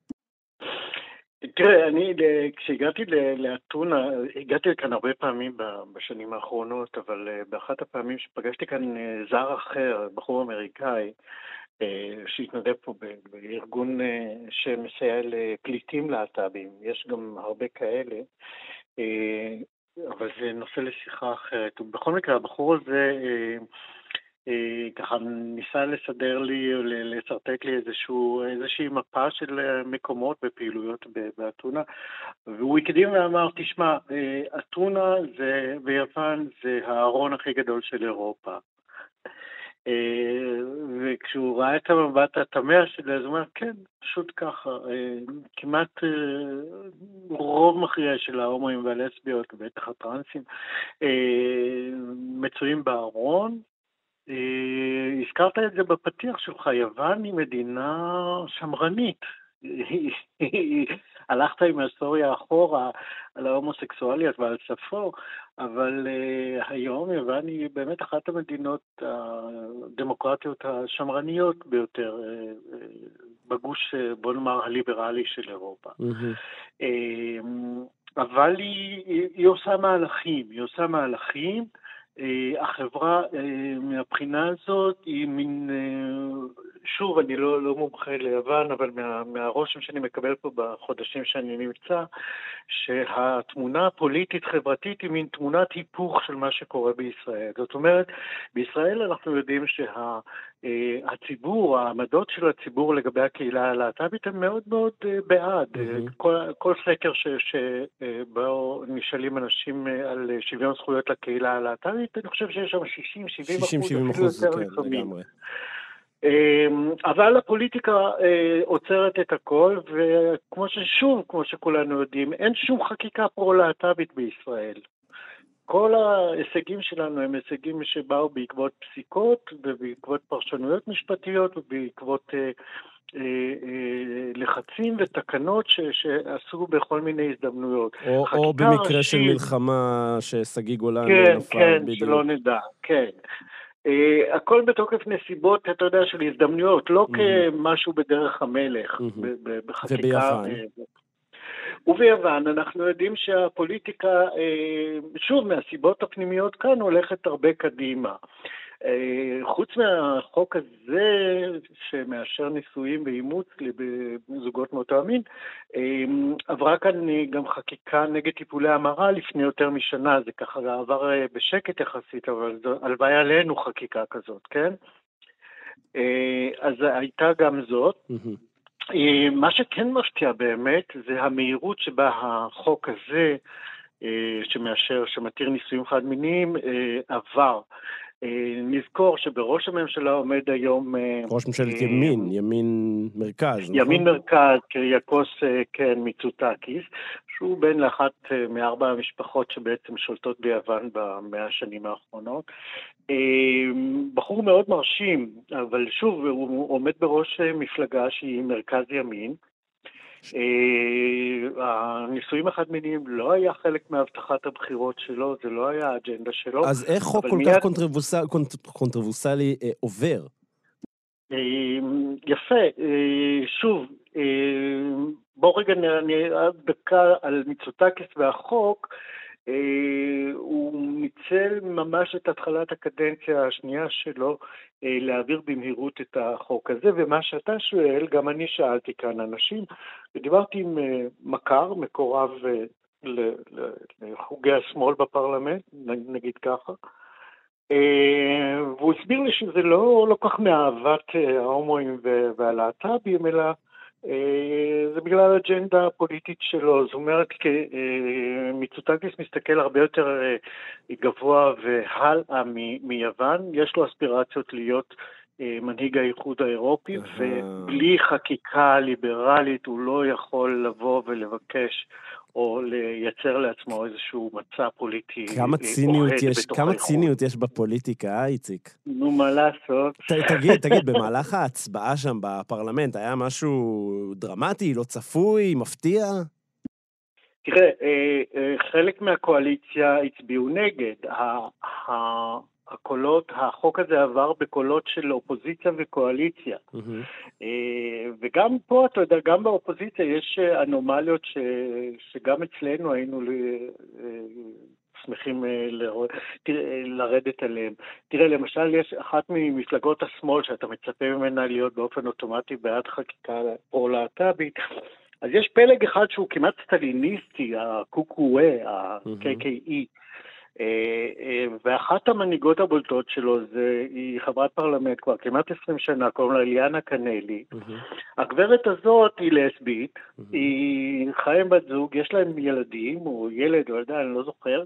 תראה, אני כשהגעתי לאתונה, הגעתי לכאן הרבה פעמים בשנים האחרונות, אבל באחת הפעמים שפגשתי כאן זר אחר, בחור אמריקאי, שהתנדב פה בארגון שמסייע לפליטים להט"בים, יש גם הרבה כאלה, אבל זה נושא לשיחה אחרת. ובכל מקרה, הבחור הזה ככה ניסה לסדר לי, או לסרטט לי איזושהי מפה של מקומות ופעילויות באתונה, והוא הקדים ואמר, תשמע, אתונה ביוון זה הארון הכי גדול של אירופה. וכשהוא ראה את המבט התמה שלי, אז הוא אומר, כן, פשוט ככה, כמעט רוב מכריע של ההומואים והלסביות, ובטח הטרנסים, מצויים בארון. הזכרת את זה בפתיח שלך, יוון היא מדינה שמרנית. הלכת עם ההיסטוריה אחורה על ההומוסקסואליות ועל שפו, אבל היום יוון היא באמת אחת המדינות הדמוקרטיות השמרניות ביותר בגוש, בוא נאמר, הליברלי של אירופה. אבל היא עושה מהלכים, החברה מהבחינה הזאת היא מין, שוב, אני לא מומחה ליוון, אבל מהרושם שאני מקבל פה בחודשים שאני נמצא, שהתמונה הפוליטית-חברתית היא מין תמונת היפוך של מה שקורה בישראל. זאת אומרת, בישראל אנחנו יודעים שהציבור, העמדות של הציבור לגבי הקהילה הלהט"בית הם מאוד מאוד בעד. כל סקר שבו נשאלים אנשים על שוויון זכויות לקהילה הלהט"בית, אני חושב שיש שם 60-70%, כן, לגמרי. אבל הפוליטיקה עוצרת את הכל, כמו שכולנו יודעים, אין שום חקיקה פרו-להט"בית בישראל. כל ההישגים שלנו הם הישגים שבאו בעקבות פסיקות, ובעקבות פרשנויות משפטיות, ובעקבות לחצים ותקנות שעשו בכל מיני הזדמנויות. או במקרה של מלחמה שסגי גולן נפל. כן, שלא נדע, כן. הכל בתוקף נסיבות, אתה יודע, של הזדמנויות, לא כמשהו בדרך המלך, בחקיקה. וביוון אנחנו יודעים שהפוליטיקה, שוב, מהסיבות הפנימיות כאן, הולכת הרבה קדימה. חוץ מהחוק הזה שמאשר נישואים ואימוץ בזוגות מאותו המין, עברה כאן גם חקיקה נגד טיפולי המרה לפני יותר משנה, זה ככה עבר בשקט יחסית, אבל הלוואי עלינו חקיקה כזאת, כן? אז הייתה גם זאת. מה שכן מפתיע באמת זה המהירות שבה החוק הזה שמתיר נישואים חד מיניים עבר. נזכור שבראש הממשלה עומד היום ראש ממשלת ימין מרכז, נכון? ימין מרכז, קיריאקוס מיצוטקיס, שהוא בן לאחת מארבע המשפחות שבעצם שולטות ביוון במאה השנים האחרונות. בחור מאוד מרשים, אבל שוב, הוא עומד בראש מפלגה שהיא מרכז ימין. הנישואים החד מיניים לא היה חלק מהבטחת הבחירות שלו, זה לא היה האג'נדה שלו. אז איך חוק כל כך קונטרוברסלי עובר? יפה, שוב, בואו רגע נראה דקה על מיצוטקיס והחוק. הוא ניצל ממש את התחלת הקדנציה השנייה שלו להעביר במהירות את החוק הזה, ומה שאתה שואל, גם אני שאלתי כאן אנשים, ודיברתי עם מכר, מקורב לחוגי השמאל בפרלמנט, נגיד ככה, והוא הסביר לי שזה לא כך מאהבת ההומואים והלהט"בים, אלא זה בגלל האג'נדה הפוליטית שלו. זאת אומרת, מיצוטקיס מסתכל הרבה יותר גבוה והלאה מיוון, יש לו אספירציות להיות מנהיג האיחוד האירופי, ובלי חקיקה ליברלית הוא לא יכול לבוא ולבקש או לייצר לעצמו איזשהו מצע פוליטי. כמה ציניות יש בפוליטיקה, איציק? נו, מה לעשות? תגיד, במהלך ההצבעה שם בפרלמנט, היה משהו דרמטי, לא צפוי, מפתיע? תראה, חלק מהקואליציה הצביעו נגד. החוק הזה עבר בקולות של אופוזיציה וקואליציה. וגם פה, אתה יודע, גם באופוזיציה יש אנומליות שגם אצלנו היינו שמחים לרדת עליהם. תראה, למשל, יש אחת ממפלגות השמאל שאתה מצפה ממנה להיות באופן אוטומטי בעד חקיקה פרו-להט"בית, אז יש פלג אחד שהוא כמעט סטליניסטי, הקוקואה, ה-KKE, ואחת המנהיגות הבולטות שלו היא חברת פרלמנט כבר כמעט 20 שנה, קוראים לה אליאנה קנלי. הגברת הזאת היא לסבית, היא חיה עם בת זוג, יש להם ילדים, או ילד, או ילדה, אני לא זוכר,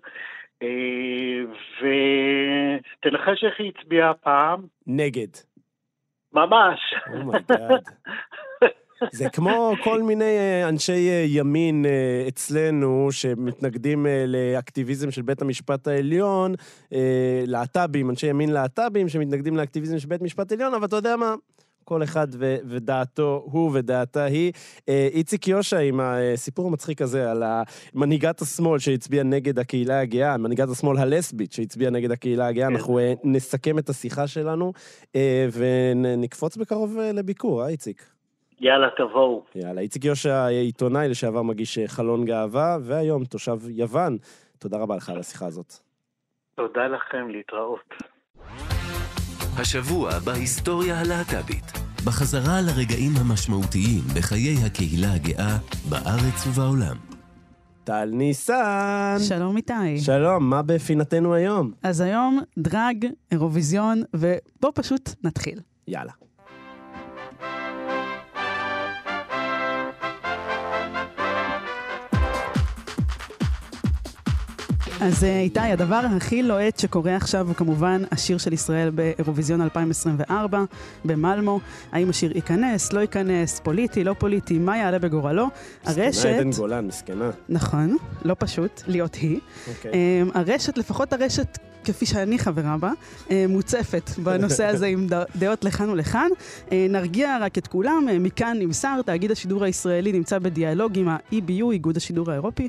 ותנחש איך היא הצביעה פעם? נגד. ממש. אומייגאד. זה כמו כל מיני אנשי ימין אצלנו שמתנגדים לאקטיביזם של בית המשפט העליון, להט"בים, אנשי ימין להט"בים שמתנגדים לאקטיביזם של בית המשפט העליון, אבל אתה יודע מה? כל אחד ודעתו הוא ודעתה היא. איציק יושע עם הסיפור המצחיק הזה על מנהיגת השמאל שהצביעה נגד הקהילה הגאה, מנהיגת השמאל הלסבית שהצביעה נגד הקהילה הגאה, אנחנו נסכם את השיחה שלנו ונקפוץ בקרוב לביקור, איציק? יאללה, תבואו. יאללה, איציק יושע, עיתונאי לשעבר מגיש חלון גאווה, והיום תושב יוון. תודה רבה לך על השיחה הזאת. תודה לכם, להתראות. השבוע בהיסטוריה הלהט"בית. בחזרה לרגעים המשמעותיים בחיי הקהילה הגאה בארץ ובעולם. טל ניסן. שלום איתי. שלום, מה בפינתנו היום? אז היום דרג, אירוויזיון, ובוא פשוט נתחיל. יאללה. אז איתי, הדבר הכי לוהט שקורה עכשיו הוא כמובן השיר של ישראל באירוויזיון 2024 במלמו. האם השיר ייכנס, לא ייכנס, פוליטי, לא פוליטי, מה יעלה בגורלו? מסכנה עדן גולן, מסכנה. נכון, לא פשוט להיות היא. הרשת, לפחות הרשת כפי שאני חברה בה, מוצפת בנושא הזה עם דעות לכאן ולכאן. נרגיע רק את כולם, מכאן נמסר, תאגיד השידור הישראלי נמצא בדיאלוג עם ה-EBU, איגוד השידור האירופי,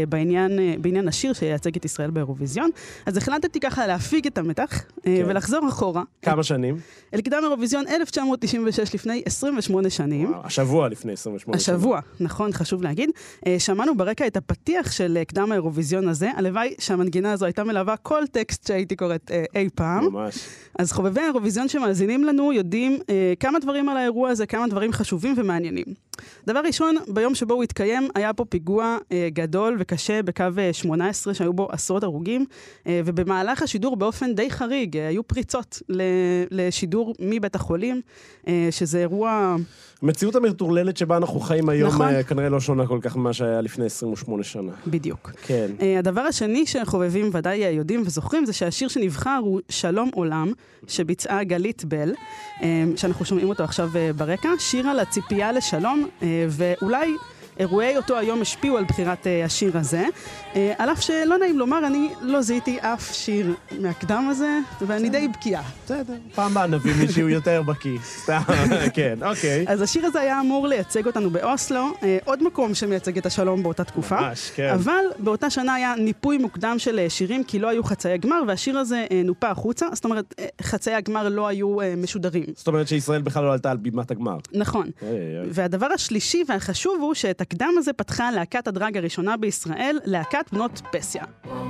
בעניין השיר שייצג את ישראל באירוויזיון. אז החלטתי ככה להפיג את המתח ולחזור אחורה. כמה שנים? אל קדם אירוויזיון 1996, לפני 28 שנים. השבוע לפני 28 שנים. השבוע, נכון, חשוב להגיד. שמענו ברקע את הפתיח של קדם האירוויזיון הזה. הלוואי שהמנגינה הזו הייתה מלווה כל טקסט שהייתי קוראת אי פעם. ממש. אז חובבי האירוויזיון שמאזינים לנו יודעים כמה דברים על האירוע הזה, כמה דברים חשובים ומעניינים. דבר ראשון, ביום שבו הוא התקיים, היה פה פיגוע גדול וקשה בקו 18, שהיו בו עשרות הרוגים, ובמהלך השידור באופן די חריג, היו פריצות לשידור מבית החולים, שזה אירוע... המציאות המטורללת שבה אנחנו חיים היום, נכון. כנראה לא שונה כל כך ממה שהיה לפני 28 שנה. בדיוק. כן. הדבר השני שחובבים ודאי יודעים וזוכרים, זה שהשיר שנבחר הוא שלום עולם, שביצעה גלית בל, שאנחנו שומעים אותו עכשיו ברקע, שיר על הציפייה לשלום, ואולי אירועי אותו היום השפיעו על בחירת השיר הזה. על אף שלא נעים לומר, אני לא זיהיתי אף שיר מהקדם הזה, ואני די בקיאה. בסדר, פעם באה נביא מישהו יותר בקיא. סתם, כן, אוקיי. אז השיר הזה היה אמור לייצג אותנו באוסלו, עוד מקום שמייצג את השלום באותה תקופה. ממש, כן. אבל באותה שנה היה ניפוי מוקדם של שירים, כי לא היו חצאי הגמר, והשיר הזה נופה החוצה. זאת אומרת, חצאי הגמר לא היו משודרים. זאת אומרת שישראל בכלל לא עלתה על בימת הגמר. נכון. והדבר השלישי והחשוב הוא שאת הקדם הזה פתחה להקת הדרג הראשונה בישראל, להקת בנות פסיה.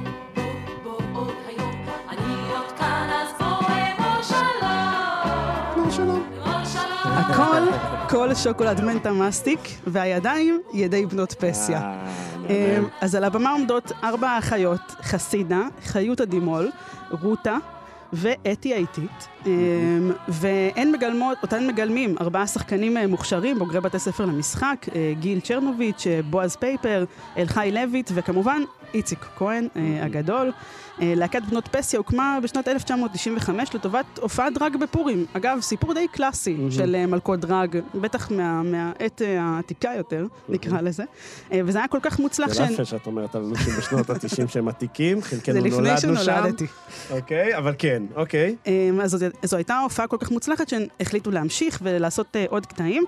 הכל, כל שוקולד מנטה מסטיק, והידיים ידי בנות פסיה. אז על הבמה עומדות 4 אחיות, חסידה, חיות הדימול, רותה, ואתי האיטית, והן מגלמות, אותן מגלמים 4 שחקנים מוכשרים, בוגרי בתי ספר למשחק, גיל צ'רנוביץ', בועז פייפר, אלחי לויט, וכמובן איציק כהן הגדול. להקת בנות פסיה הוקמה בשנת 1995 לטובת הופעת דרג בפורים. אגב, סיפור די קלאסי של מלכות דרג, בטח מהעת העתיקה יותר, נקרא לזה. וזה היה כל כך מוצלח זה לא יפה שאת אומרת על אנשים בשנות ה-90 שהם עתיקים, חלקנו נולדנו שם. זה לפני שנולדתי. אוקיי, אבל כן, אוקיי. אז זו הייתה הופעה כל כך מוצלחת שהן החליטו להמשיך ולעשות עוד קטעים.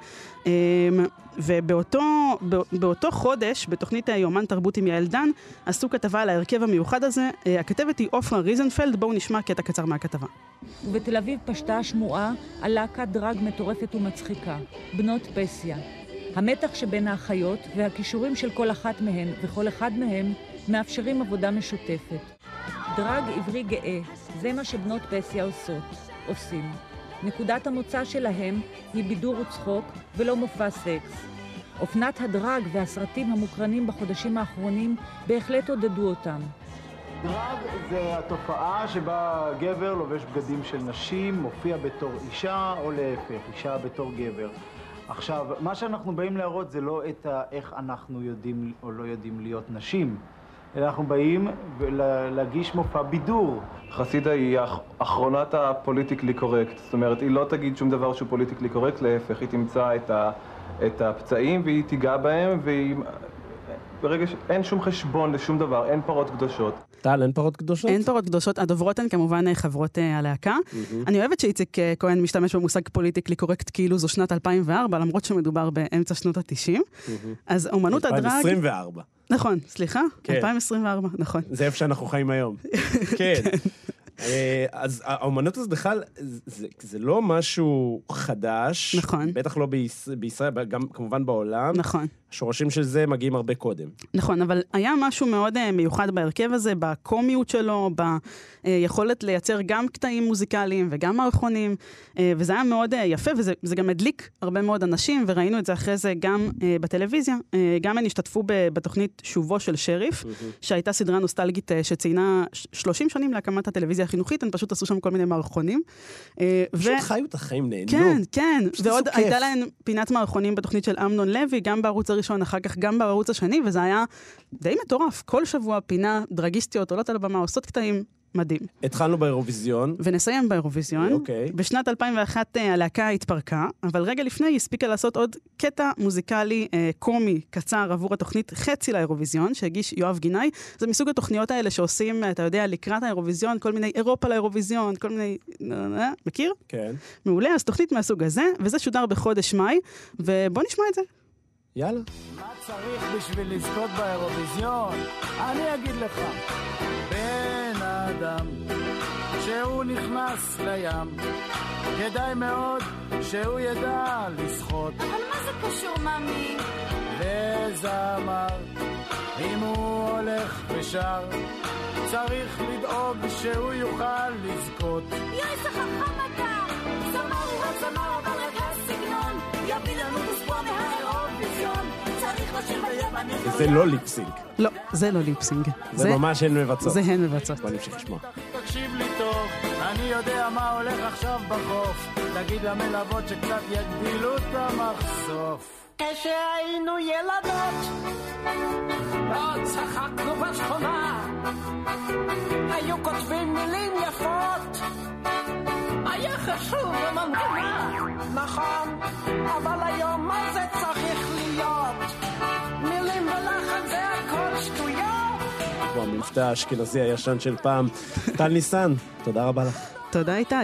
ובאותו חודש, בתוכנית יומן תרבות עם יעל דן, עשו כתבה על ההרכב המיוחד הזה. הכתבת היא עופרה ריזנפלד, בואו נשמע קטע קצר מהכתבה. ובתל אביב פשטה השמועה על להקת דרג מטורפת ומצחיקה, בנות פסיה. המתח שבין האחיות והכישורים של כל אחת מהן וכל אחד מהם מאפשרים עבודה משותפת. דרג עברי גאה, זה מה שבנות פסיה עושים. נקודת המוצא שלהם היא בידור וצחוק ולא מופע סקס. אופנת הדרג והסרטים המוקרנים בחודשים האחרונים בהחלט עודדו אותם. דרג זה התופעה שבה גבר לובש בגדים של נשים, מופיע בתור אישה, או להפך, אישה בתור גבר. עכשיו, מה שאנחנו באים להראות זה לא את איך אנחנו יודעים או לא יודעים להיות נשים, אלא אנחנו באים להגיש מופע בידור. חסידה היא אחרונת הפוליטיקלי קורקט, זאת אומרת, היא לא תגיד שום דבר שהוא פוליטיקלי קורקט, להפך, היא תמצא את הפצעים והיא תיגע בהם, ברגע שאין שום חשבון לשום דבר, אין פרות קדושות. טל, אין פרות קדושות? אין פרות קדושות, הדוברות הן כמובן חברות הלהקה. אני אוהבת שאיציק כהן משתמש במושג פוליטיקלי קורקט כאילו זו שנת 2004, למרות שמדובר באמצע שנות ה-90. אז אומנות הדרג... 2024. נכון, סליחה? 2024, נכון. זה איפה שאנחנו חיים היום. כן. אז האומנות הזאת בכלל, זה לא משהו חדש. נכון. בטח לא בישראל, גם כמובן בעולם. נכון. השורשים של זה מגיעים הרבה קודם. נכון, אבל היה משהו מאוד מיוחד בהרכב הזה, בקומיות שלו, ביכולת לייצר גם קטעים מוזיקליים וגם מערכונים, וזה היה מאוד יפה, וזה גם הדליק הרבה מאוד אנשים, וראינו את זה אחרי זה גם בטלוויזיה. גם הם השתתפו בתוכנית שובו של שריף, שהייתה סדרה נוסטלגית שציינה 30 שנים להקמת הטלוויזיה החינוכית, הם פשוט עשו שם כל מיני מערכונים. פשוט חיו את החיים, נהנו. כן, כן, ועוד הייתה להם פינת מערכונים בתוכנית של אמנון לוי, גם בערוץ הראשון, אחר כך גם בערוץ השני, וזה היה די מטורף. כל שבוע פינה דרגיסטיות עולות על הבמה, עושות קטעים מדהים. התחלנו באירוויזיון. ונסיים באירוויזיון. אוקיי. בשנת 2001 הלהקה התפרקה, אבל רגע לפני היא הספיקה לעשות עוד קטע מוזיקלי קומי קצר עבור התוכנית חצי לאירוויזיון, שהגיש יואב גינאי. זה מסוג התוכניות האלה שעושים, אתה יודע, לקראת האירוויזיון, כל מיני אירופה לאירוויזיון, כל מיני... מכיר? כן. מעולה, אז תוכנית מהסוג הזה, וזה שודר בחודש מאי, ובוא נשמע את זה. יאללה. מה צריך בשביל לזכות באירוויזיון? אני אגיד לך. בן אדם שהוא נכנס לים, כדאי מאוד שהוא ידע לשחות. אבל מה זה קשור, ממי? וזמר, אם הוא הולך ושר, צריך לדאוג שהוא יוכל לזכות. יאי, זה חכם אתה! זמר הוא הזמר, אבל רק הסגנון יביא לנו לסבוע מהאירוויזיון. צריך לשיר ביוונית. זה לא ליפסינג. לא, זה לא ליפסינג. זה ממש הן מבצעות. זה הן מבצעות. בוא נמשיך לשמוע. תקשיב לי טוב, אני יודע מה הולך עכשיו בחוף. תגיד למלוות שקצת יגדילו את המחשוף. כשהיינו ילדות לא צחקנו בשכונה, היו כותבים מילים יפות, היה חשוב למנגינה. נכון, אבל היום מה זה צריך להיות? מילים ולחן זה הכל שטויות. כמו המבטא האשכנזי הישן של פעם. טל ניסן, תודה רבה לך. תודה איתי.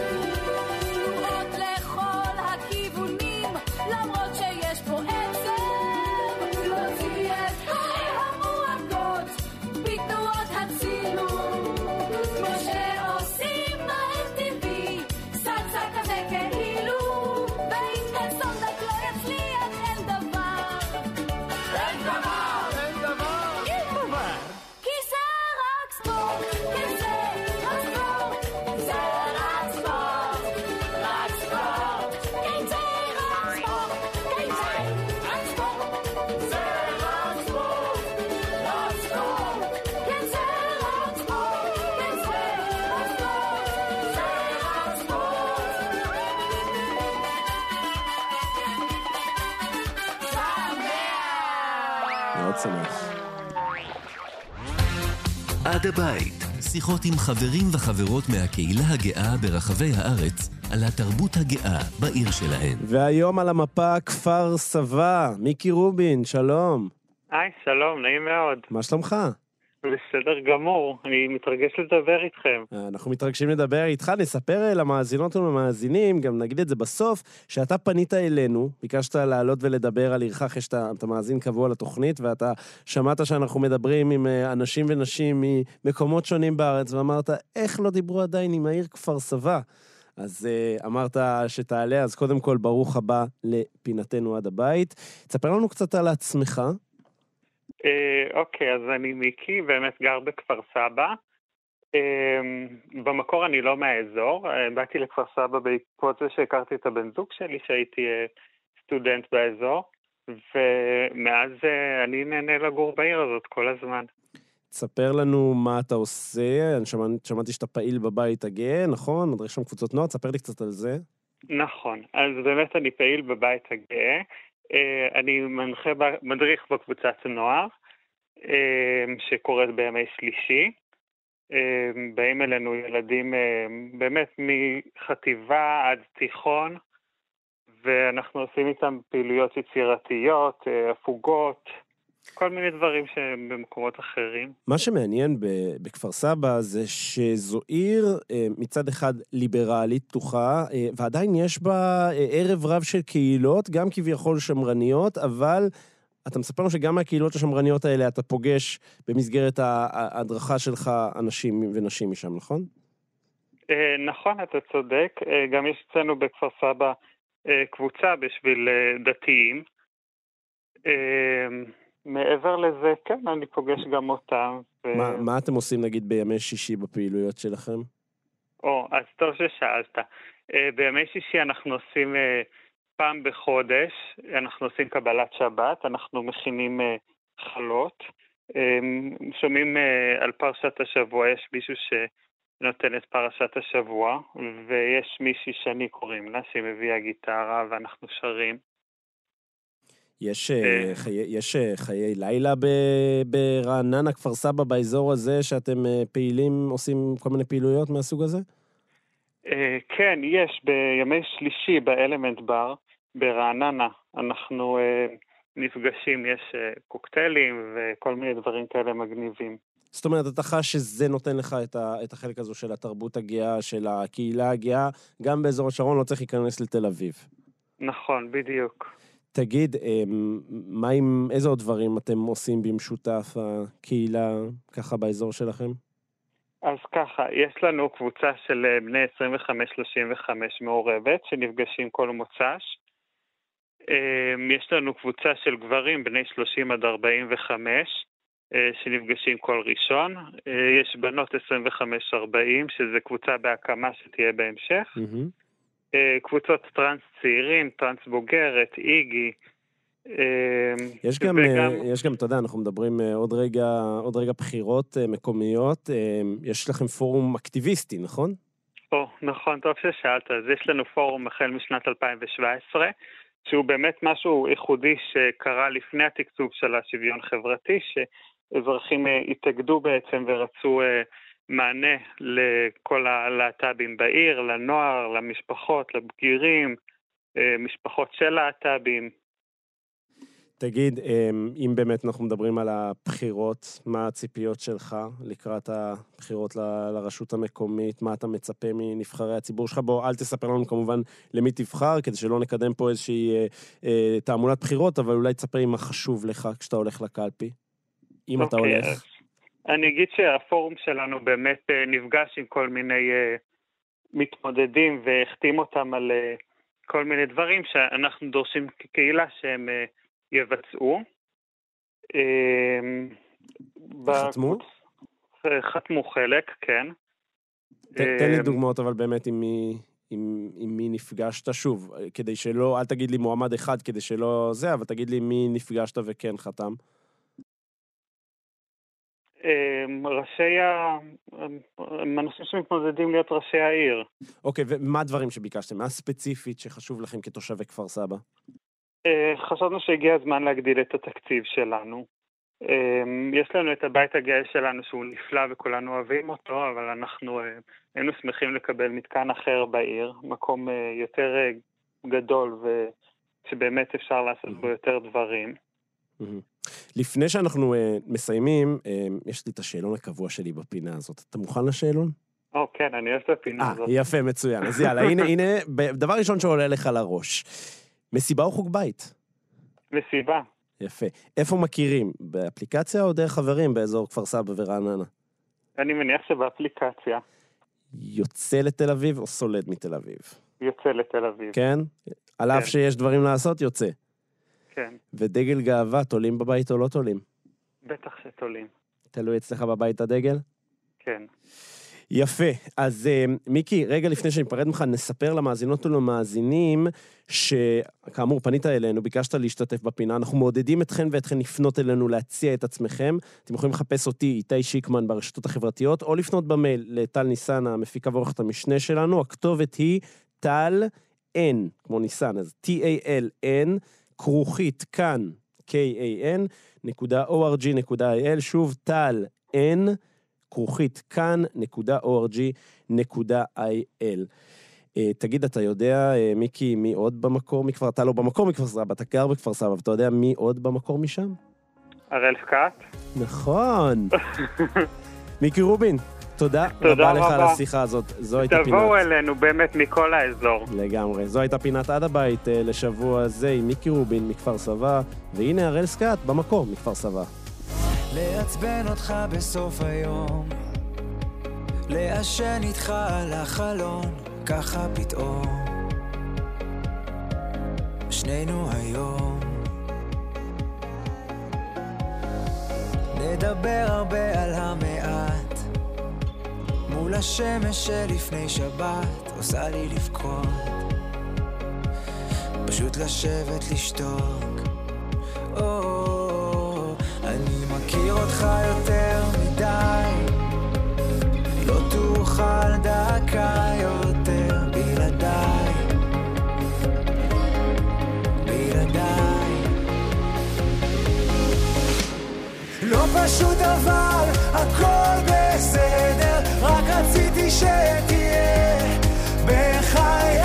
תנועות לכל הכיוונים, למרות שיש פה עצב שמח. עד הבית, שיחות עם חברים וחברות מהקהילה הגאה ברחבי הארץ על התרבות הגאה בעיר שלהן. והיום על המפה כפר סבא, מיקי רובין, שלום. היי, שלום, נעים מאוד. מה שלומך? בסדר גמור, אני מתרגש לדבר איתכם. אנחנו מתרגשים לדבר איתך, נספר למאזינות ולמאזינים, גם נגיד את זה בסוף, שאתה פנית אלינו, ביקשת לעלות ולדבר על עירך אחרי שאתה מאזין קבוע לתוכנית, ואתה שמעת שאנחנו מדברים עם אנשים ונשים ממקומות שונים בארץ, ואמרת, איך לא דיברו עדיין עם העיר כפר סבא? אז אמרת שתעלה, אז קודם כל ברוך הבא לפינתנו עד הבית. תספר לנו קצת על עצמך. אוקיי, אז אני מיקי, באמת גר בכפר סבא. במקור אני לא מהאזור, באתי לכפר סבא בעקבות זה שהכרתי את הבן זוג שלי, שהייתי סטודנט באזור, ומאז אני נהנה לגור בעיר הזאת כל הזמן. תספר לנו מה אתה עושה, אני שמעתי שאתה פעיל בבית הגאה, נכון? מדריך שם קבוצות נוער, תספר לי קצת על זה. נכון, אז באמת אני פעיל בבית הגאה, אני מדריך בקבוצת נוער, שקוראת בימי שלישי. באים אלינו ילדים באמת מחטיבה עד תיכון, ואנחנו עושים איתם פעילויות יצירתיות, הפוגות, כל מיני דברים שהם במקומות אחרים. מה שמעניין בכפר סבא זה שזו עיר מצד אחד ליברלית, פתוחה, ועדיין יש בה ערב רב של קהילות, גם כביכול שמרניות, אבל אתה מספר לנו שגם מהקהילות השמרניות האלה אתה פוגש במסגרת ההדרכה שלך אנשים ונשים משם, נכון? נכון, אתה צודק. גם יש אצלנו בכפר סבא קבוצה בשביל דתיים. מעבר לזה, כן, אני פוגש גם אותם. מה אתם עושים, נגיד, בימי שישי בפעילויות שלכם? אז טוב ששאלת. בימי שישי אנחנו עושים פעם בחודש, אנחנו עושים קבלת שבת, אנחנו מכינים חלות, שומעים על פרשת השבוע, יש מישהו שנותן את פרשת השבוע, ויש מישהי שאני קוראים לה, שהיא מביאה גיטרה ואנחנו שרים. יש חיי לילה ברעננה, כפר סבא, באזור הזה, שאתם פעילים, עושים כל מיני פעילויות מהסוג הזה? כן, יש. בימי שלישי באלמנט בר, ברעננה, אנחנו נפגשים, יש קוקטיילים וכל מיני דברים כאלה מגניבים. זאת אומרת, אתה חש שזה נותן לך את החלק הזו של התרבות הגאה, של הקהילה הגאה, גם באזור השרון לא צריך להיכנס לתל אביב. נכון, בדיוק. תגיד, איזה עוד דברים אתם עושים במשותף הקהילה ככה באזור שלכם? אז ככה, יש לנו קבוצה של בני 25-35 מעורבת, שנפגשים כל מוצ"ש. יש לנו קבוצה של גברים בני 30-45, שנפגשים כל ראשון. יש בנות 25-40, שזה קבוצה בהקמה שתהיה בהמשך. קבוצות טרנס צעירים, טרנס בוגרת, איגי. יש גם, אתה יודע, אנחנו מדברים עוד רגע בחירות מקומיות. יש לכם פורום אקטיביסטי, נכון? נכון, טוב ששאלת. אז יש לנו פורום החל משנת 2017, שהוא באמת משהו ייחודי שקרה לפני התקצוב של השוויון חברתי, שאזרחים התאגדו בעצם ורצו מענה לכל הלהט"בים בעיר, לנוער, למשפחות, לבגירים, משפחות של להט"בים. תגיד, אם באמת אנחנו מדברים על הבחירות, מה הציפיות שלך לקראת הבחירות לרשות המקומית? מה אתה מצפה מנבחרי הציבור שלך? בוא, אל תספר לנו כמובן למי תבחר, כדי שלא נקדם פה איזושהי תעמולת בחירות, אבל אולי תספר מה חשוב לך כשאתה הולך לקלפי, אם אתה הולך. אני אגיד שהפורום שלנו באמת נפגש עם כל מיני מתמודדים, והחתים אותם על כל מיני דברים שאנחנו דורשים כקהילה שהם יבצעו. חתמו? חתמו חלק, כן. תן לי דוגמאות, אבל באמת עם מי נפגשת שוב, כדי שלא, אל תגיד לי מועמד אחד כדי שלא זה, אבל תגיד לי מי נפגשת וכן חתם. אנשים שמתמודדים להיות ראשי העיר. אוקיי, ומה הדברים שביקשתם? מה ספציפית שחשוב לכם כתושבי כפר סבא? חשבנו שהגיע הזמן להגדיל את התקציב שלנו, יש לנו את הבית הגאה שלנו שהוא נפלא וכולנו אוהבים אותו, אבל אנחנו היינו שמחים לקבל מתקן אחר בעיר, מקום יותר גדול ושבאמת אפשר לעשות בו יותר דברים. לפני שאנחנו מסיימים, יש לי את השאלון הקבוע שלי בפינה הזאת. אתה מוכן לשאלון? כן, אני אוהב את הפינה הזאת. יפה, מצוין. אז יאללה, הנה, דבר ראשון שעולה לך לראש. מסיבה או חוג בית? מסיבה. יפה. איפה מכירים? באפליקציה או דרך חברים באזור כפר סבא ורעננה? אני מניח שבאפליקציה. יוצא לתל אביב או סולד מתל אביב? יוצא לתל אביב. כן? על אף שיש דברים לעשות, יוצא. כן. ודגל גאווה, תולים בבית או לא תולים? בטח שתולים. תלוי אצלך בבית הדגל? כן. יפה. אז מיקי, רגע לפני שניפרד ממך, נספר למאזינות ולמאזינים שכאמור פנית אלינו, ביקשת להשתתף בפינה, אנחנו מעודדים אתכן ואתכן לפנות אלינו להציע את עצמכם. אתם יכולים לחפש אותי, איתי שיקמן, ברשתות החברתיות, או לפנות במייל לטל ניסן, המפיקה ועורכת המשנה שלנו. הכתובת היא טל N, כמו ניסן, אז TALN, כרוכית כאן, kan.org.il, שוב טל N, כרוכית כאן.org.il. תגיד, אתה יודע, מיקי, מי עוד במקור מכפר? אתה לא במקור מכפר סבא, אתה גר בכפר סבא, ואתה יודע מי עוד במקור משם? הראל סקאט. נכון. מיקי רובין, תודה רבה לך על השיחה הזאת. זו הייתה פינת. תבואו אלינו באמת מכל האזור. לגמרי. זו הייתה פינת עד הבית לשבוע הזה עם מיקי רובין מכפר סבא, והנה הראל סקאט במקור מכפר סבא. לעצבן אותך בסוף היום, לעשן איתך על החלון, ככה פתאום שנינו היום נדבר הרבה על המעט מול השמש שלפני שבת עושה לי לבכות, פשוט לשבת לשתוק. אני מכיר אותך יותר מדי, לא תוכל דקה יותר בלעדיי, בלעדיי. לא פשוט אבל הכל בסדר, רק רציתי שתהיה בחיי.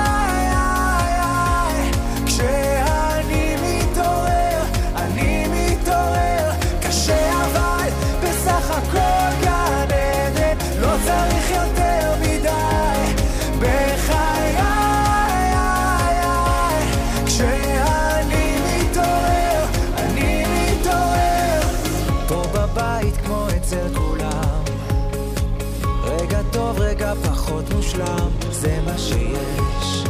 כשאני מתעורר, אני מתעורר קשה אבל בסך הכל גן עדן, לא צריך יותר מדי בחיי. כשאני מתעורר, אני מתעורר פה בבית כמו אצל כולם, רגע טוב רגע פחות מושלם, זה מה שיש.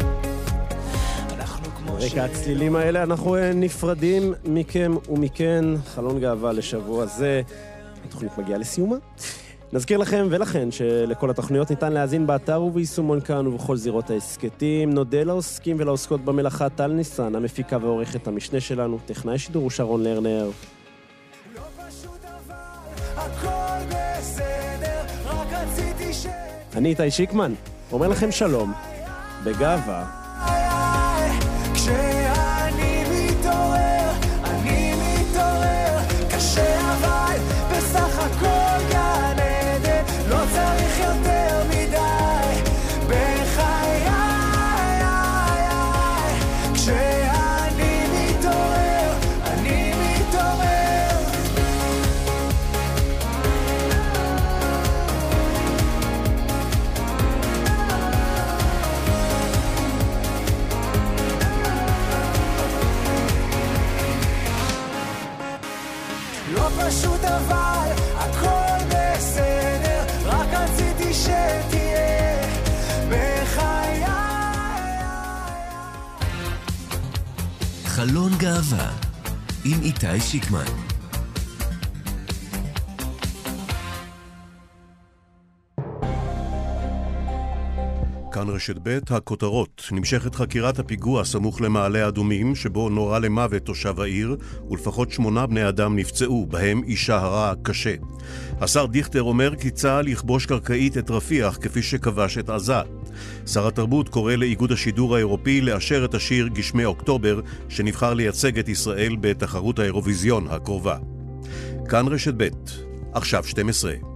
רקע הצלילים האלה אנחנו נפרדים מכם ומכן. חלון גאווה לשבוע זה, התוכנית מגיעה לסיומה. נזכיר לכם ולכן שלכל התוכניות ניתן להאזין באתר וביישומון כאן ובכל זירות העסקתים. נודה לעוסקים ולעוסקות במלאכה, טל ניסן, המפיקה ועורכת המשנה שלנו, טכנאי שידור שרון לרנר. אני איתי שיקמן, אומר לכם שלום, בגאווה. כשאני מתעורר, אני מתעורר קשה אבל בסך הכל גן עדן, לא צריך יותר מדי בחיי. כשאני מתעורר, אני מתעורר. לא פשוט אבל הכל בסדר, רק רציתי שתהיה בחיי. חלון גאווה עם איתי שיקמן. כאן רשת ב' הכותרות. נמשכת חקירת הפיגוע סמוך למעלה אדומים, שבו נורה למוות תושב העיר, ולפחות 8 בני אדם נפצעו, בהם אישה הרע קשה. השר דיכטר אומר כי צה"ל יכבוש קרקעית את רפיח כפי שכבש את עזה. שר התרבות קורא לאיגוד השידור האירופי לאשר את השיר גשמי אוקטובר, שנבחר לייצג את ישראל בתחרות האירוויזיון הקרובה. כאן רשת ב', עכשיו 12.